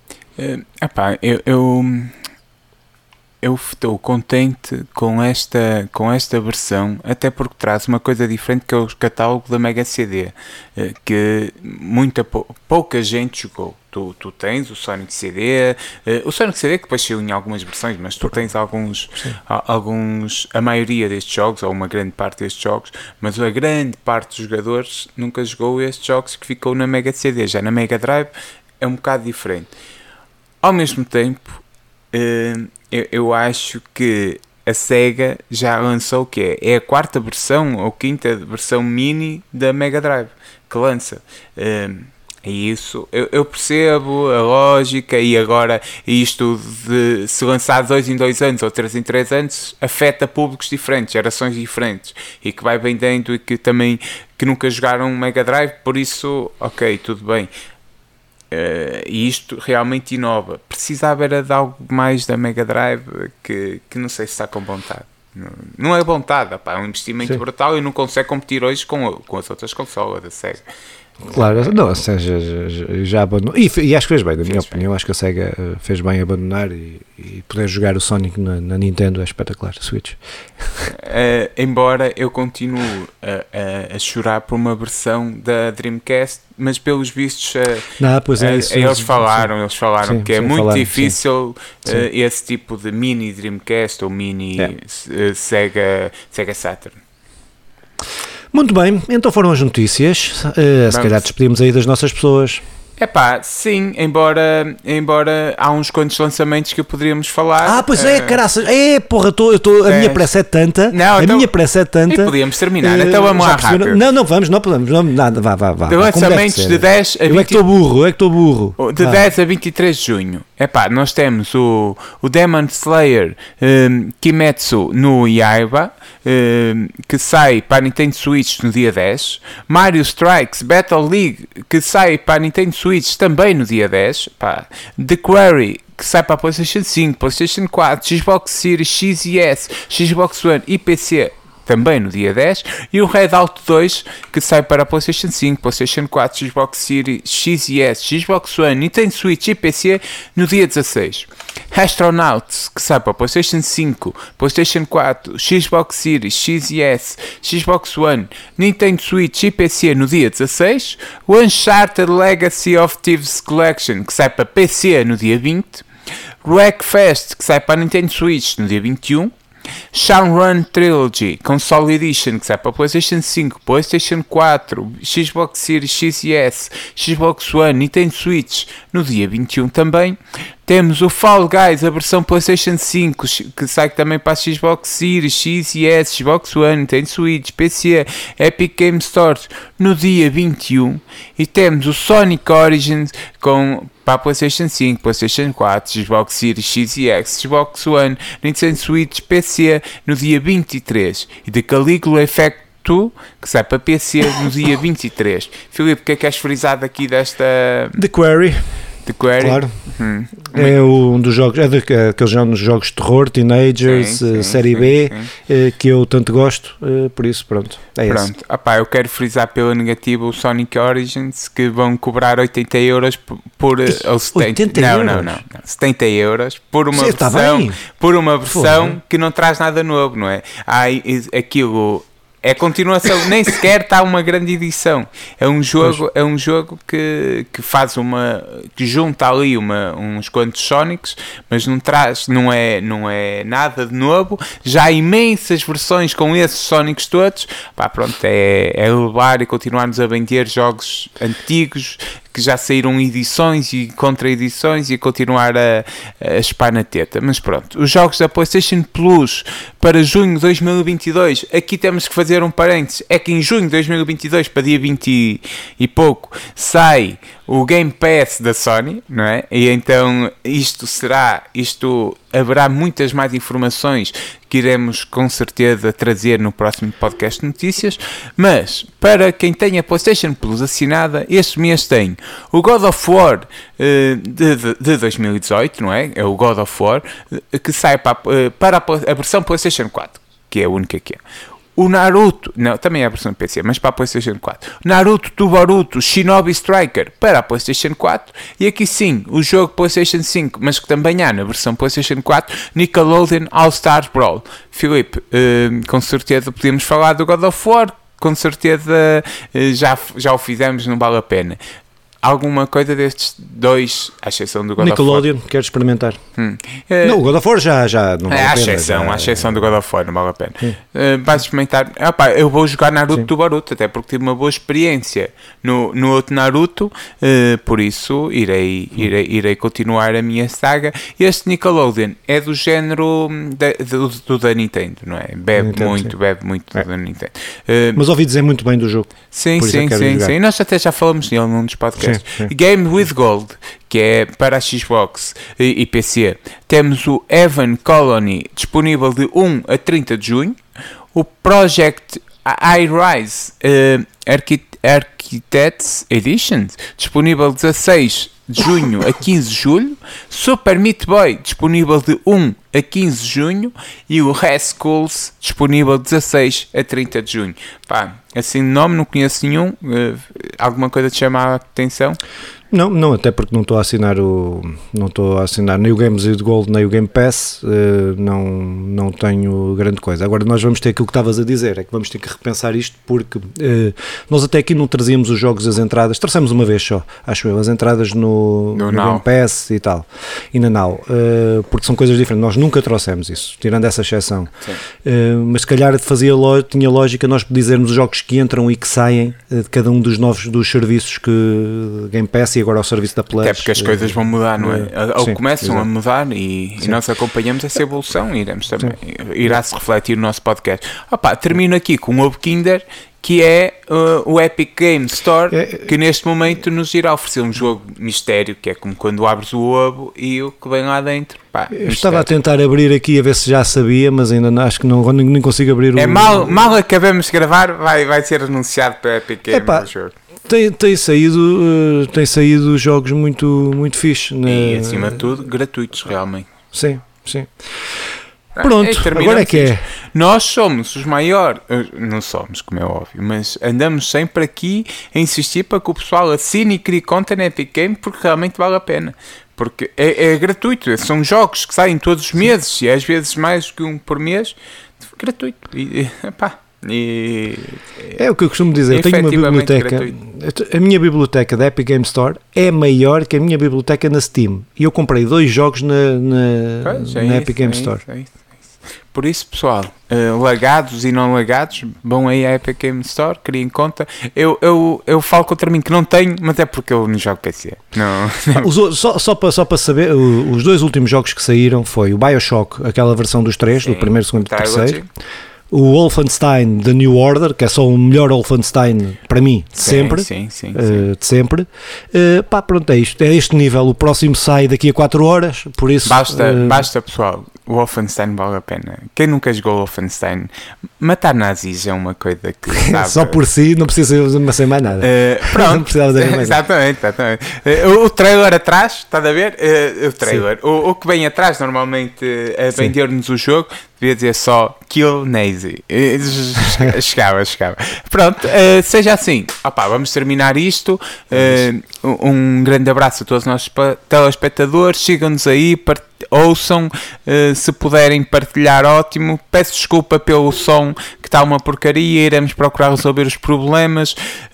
Eu estou contente com esta versão, até porque traz uma coisa diferente, que é o catálogo da Mega CD, que pouca gente jogou. Tu tens o Sonic CD, que depois saiu em algumas versões, mas tu tens alguns, a maioria destes jogos, ou uma grande parte destes jogos, mas a grande parte dos jogadores nunca jogou estes jogos que ficou na Mega CD. Já na Mega Drive é um bocado diferente. Ao mesmo tempo, eu acho que a Sega já lançou o que é a quarta versão ou quinta versão mini da Mega Drive que lança. E isso, eu percebo a lógica, e agora isto de se lançar 2 em 2 anos ou 3 em 3 anos afeta públicos diferentes, gerações diferentes, e que vai vendendo, e que também que nunca jogaram Mega Drive, por isso, ok, tudo bem. E isto realmente inova. Precisava era de algo mais da Mega Drive, que não sei se está com vontade. Não é vontade, é um investimento brutal e não consegue competir hoje com as outras consolas da Sega. Claro, não, ou seja, já abandonou. E acho que fez bem, na minha opinião. Acho que a SEGA fez bem abandonar e poder jogar o Sonic na Nintendo é espetacular, Switch. Embora eu continue a chorar por uma versão da Dreamcast, mas pelos vistos eles falaram sim, que é muito difícil esse tipo de mini Dreamcast ou mini Sega Saturn. Muito bem, então foram as notícias. Se calhar despedimos aí das nossas pessoas. Sim, embora há uns quantos lançamentos que poderíamos falar. Pois caraças, porra, a minha pressa é tanta. Minha pressa é tanta. E podíamos terminar, então vamos lá rápido. Não podemos, nada, vá. De lançamentos de 10 a 20... Eu é que estou burro. De 10 a 23 de junho. Nós temos o Demon Slayer Kimetsu no Yaiba, que sai para a Nintendo Switch no dia 10. Mario Strikes Battle League, que sai para a Nintendo Switch também no dia 10. The Quarry, que sai para a PlayStation 5, PlayStation 4, Xbox Series X e S, Xbox One e PC também no dia 10, e o Redout 2, que sai para a PlayStation 5, PlayStation 4, Xbox Series X e S, Xbox One, Nintendo Switch e PC no dia 16. Astronauts, que sai para a PlayStation 5, PlayStation 4, Xbox Series X e S, Xbox One, Nintendo Switch e PC no dia 16. O Uncharted Legacy of Thieves Collection, que sai para PC no dia 20. Wreckfest, que sai para a Nintendo Switch no dia 21. Shadowrun Trilogy Console Edition, que sai para PlayStation 5, PlayStation 4, Xbox Series X e S, Xbox One, Nintendo Switch no dia 21 também. Temos o Fall Guys, a versão PlayStation 5, que sai também para a Xbox Series X e S, Xbox One, Nintendo Switch, PC, Epic Game Store no dia 21. E temos o Sonic Origins para a PlayStation 5, PlayStation 4, Xbox Series X e X, Xbox One, Nintendo Switch, PC no dia 23. E The Caligula Effect 2, que sai para PC no dia 23. Filipe, o que é que és frisado aqui desta... The Quarry. Claro. É um dos jogos, daqueles jogos de terror, Teenagers, série B, que eu tanto gosto, por isso, pronto. Esse. Eu quero frisar pela negativa o Sonic Origins, que vão cobrar 80 euros por ou 70, não, 70 euros por uma versão que não traz nada novo, não é? Aquilo... É continuação, nem sequer está uma grande edição. É um jogo que faz que junta ali uns quantos Sonics, mas não é nada de novo. Já há imensas versões com esses Sonics todos. É levar e continuarmos a vender jogos antigos que já saíram edições e contra-edições e a continuar a espar na teta. Mas pronto, os jogos da PlayStation Plus para junho de 2022, aqui temos que fazer um parênteses, é que em junho de 2022, para dia 20 e pouco, sai o Game Pass da Sony, não é? E então haverá muitas mais informações que iremos com certeza trazer no próximo podcast de notícias, mas para quem tem a PlayStation Plus assinada, este mês tem o God of War de 2018, não é? É o God of War, que sai para a versão PlayStation 4, que é a única que é. O Naruto, também é a versão PC, mas para a PlayStation 4. Naruto to Boruto Shinobi Striker para a PlayStation 4. E aqui sim, o jogo PlayStation 5, mas que também há na versão PlayStation 4, Nickelodeon All Stars Brawl. Filipe, com certeza podemos falar do God of War, com certeza já o fizemos, não vale a pena. Alguma coisa destes dois, à exceção do God of War? Nickelodeon, quero experimentar. Não, o God of War já não vale a pena. À exceção do God of War, não vale a pena. Vais experimentar. Eu vou jogar Naruto do Boruto, até porque tive uma boa experiência no outro Naruto, por isso irei continuar a minha saga. Este Nickelodeon é do género da Nintendo, não é? Bebe muito da Nintendo. Mas ouvi dizer muito bem do jogo. Sim. Nós até já falamos nele num dos podcasts. Game with Gold, que é para a Xbox e PC. Temos o Evan Colony, disponível de 1 a 30 de junho. O Project iRise Architects Edition, disponível 16 de junho a 15 de julho, Super Meat Boy, disponível de 1 a 15 de junho, e o Rascals, disponível de 16 a 30 de junho. Pá, assim de nome não conheço nenhum. Alguma coisa te chama a atenção? Não, até porque não estou a assinar nem o Games with Gold nem o Game Pass, não tenho grande coisa. Agora nós vamos ter aquilo que estavas a dizer, é que vamos ter que repensar isto, porque nós até aqui não trazíamos os jogos, as entradas, trouxemos uma vez só, acho eu, as entradas no Game Pass e tal, e na Now, porque são coisas diferentes, nós nunca trouxemos isso, tirando essa exceção. Mas se calhar tinha lógica nós dizermos os jogos que entram e que saem de cada um dos serviços que Game Pass e agora o serviço da Plus. Até porque as coisas vão mudar, não é? Ou sim, começam exato. a mudar e nós acompanhamos essa evolução e iremos também. Irá-se refletir no nosso podcast. Termino aqui com o Ovo Kinder, que é o Epic Game Store, que neste momento nos irá oferecer um jogo mistério, que é como quando abres o ovo e o que vem lá dentro. Eu estava a tentar abrir aqui a ver se já sabia, mas ainda acho que nem consigo abrir o... Mal acabamos de gravar, vai ser anunciado para a Epic Game Store. Tem saído jogos muito, muito fixe. E acima de tudo, gratuitos realmente. Sim. Pronto, agora é que é. Nós somos os maiores, não somos, como é óbvio, mas andamos sempre aqui a insistir para que o pessoal assine e crie conta na Epic Game, porque realmente vale a pena. Porque é gratuito, são jogos que saem todos os meses, e às vezes mais que um por mês, gratuito. É o que eu costumo dizer, eu tenho uma biblioteca, a minha biblioteca da Epic Game Store é maior que a minha biblioteca na Steam, e eu comprei 2 jogos na Epic Game Store. Por isso, pessoal, lagados e não lagados, vão aí à Epic Game Store, criem conta. Eu falo contra mim que não tenho, mas é porque eu não jogo PC. Só para saber, os 2 últimos jogos que saíram foi o BioShock, aquela versão dos 3, do primeiro, segundo e terceiro. O Wolfenstein The New Order, que é só o melhor Wolfenstein para mim de sempre. Sim. De sempre. Pronto, é isto. É este nível. O próximo sai daqui a 4 horas. Por isso. Basta, pessoal. O Wolfenstein vale a pena. Quem nunca jogou Wolfenstein, matar nazis é uma coisa que sabe. Só por si não precisa ser mais nada. Pronto. Não precisava de mais exatamente. O trailer atrás, estás a ver? O trailer. O que vem atrás normalmente é vender-nos o jogo. Devia dizer só Kill Nazi. Chegava. Pronto, seja assim. Vamos terminar isto. Um grande abraço a todos os nossos telespectadores. Sigam-nos aí, ouçam. Se puderem partilhar, ótimo. Peço desculpa pelo som, que está uma porcaria. Iremos procurar resolver os problemas.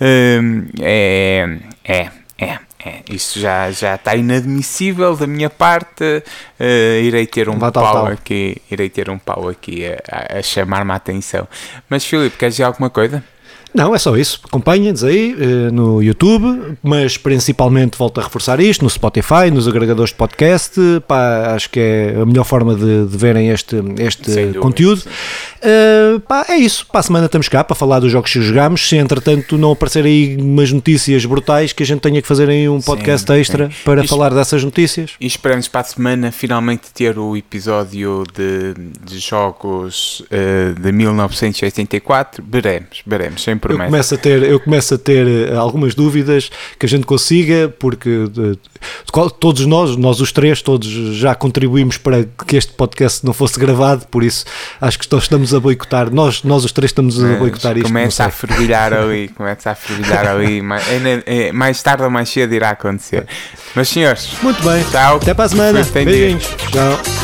Isto já está inadmissível da minha parte. Irei ter um pau aqui a chamar-me a atenção. Mas Filipe, queres dizer alguma coisa? Não, é só isso. Acompanhem-nos aí no YouTube, mas principalmente volto a reforçar isto, no Spotify, nos agregadores de podcast. Acho que é a melhor forma de verem este conteúdo. É isso. Para a semana estamos cá para falar dos jogos que jogamos. Se entretanto não aparecer aí umas notícias brutais, que a gente tenha que fazer aí um podcast extra para falar dessas notícias. E esperamos para a semana finalmente ter o episódio de jogos de 1984. Veremos, sem promessa. Eu começo a ter algumas dúvidas que a gente consiga, porque todos nós os três, todos já contribuímos para que este podcast não fosse gravado, por isso acho que estamos a boicotar, nós os três estamos a boicotar isto. Começa a fervilhar ali, mais tarde ou mais cedo irá acontecer. Mas senhores, muito bem, tchau. Até para a semana, beijinhos, tchau.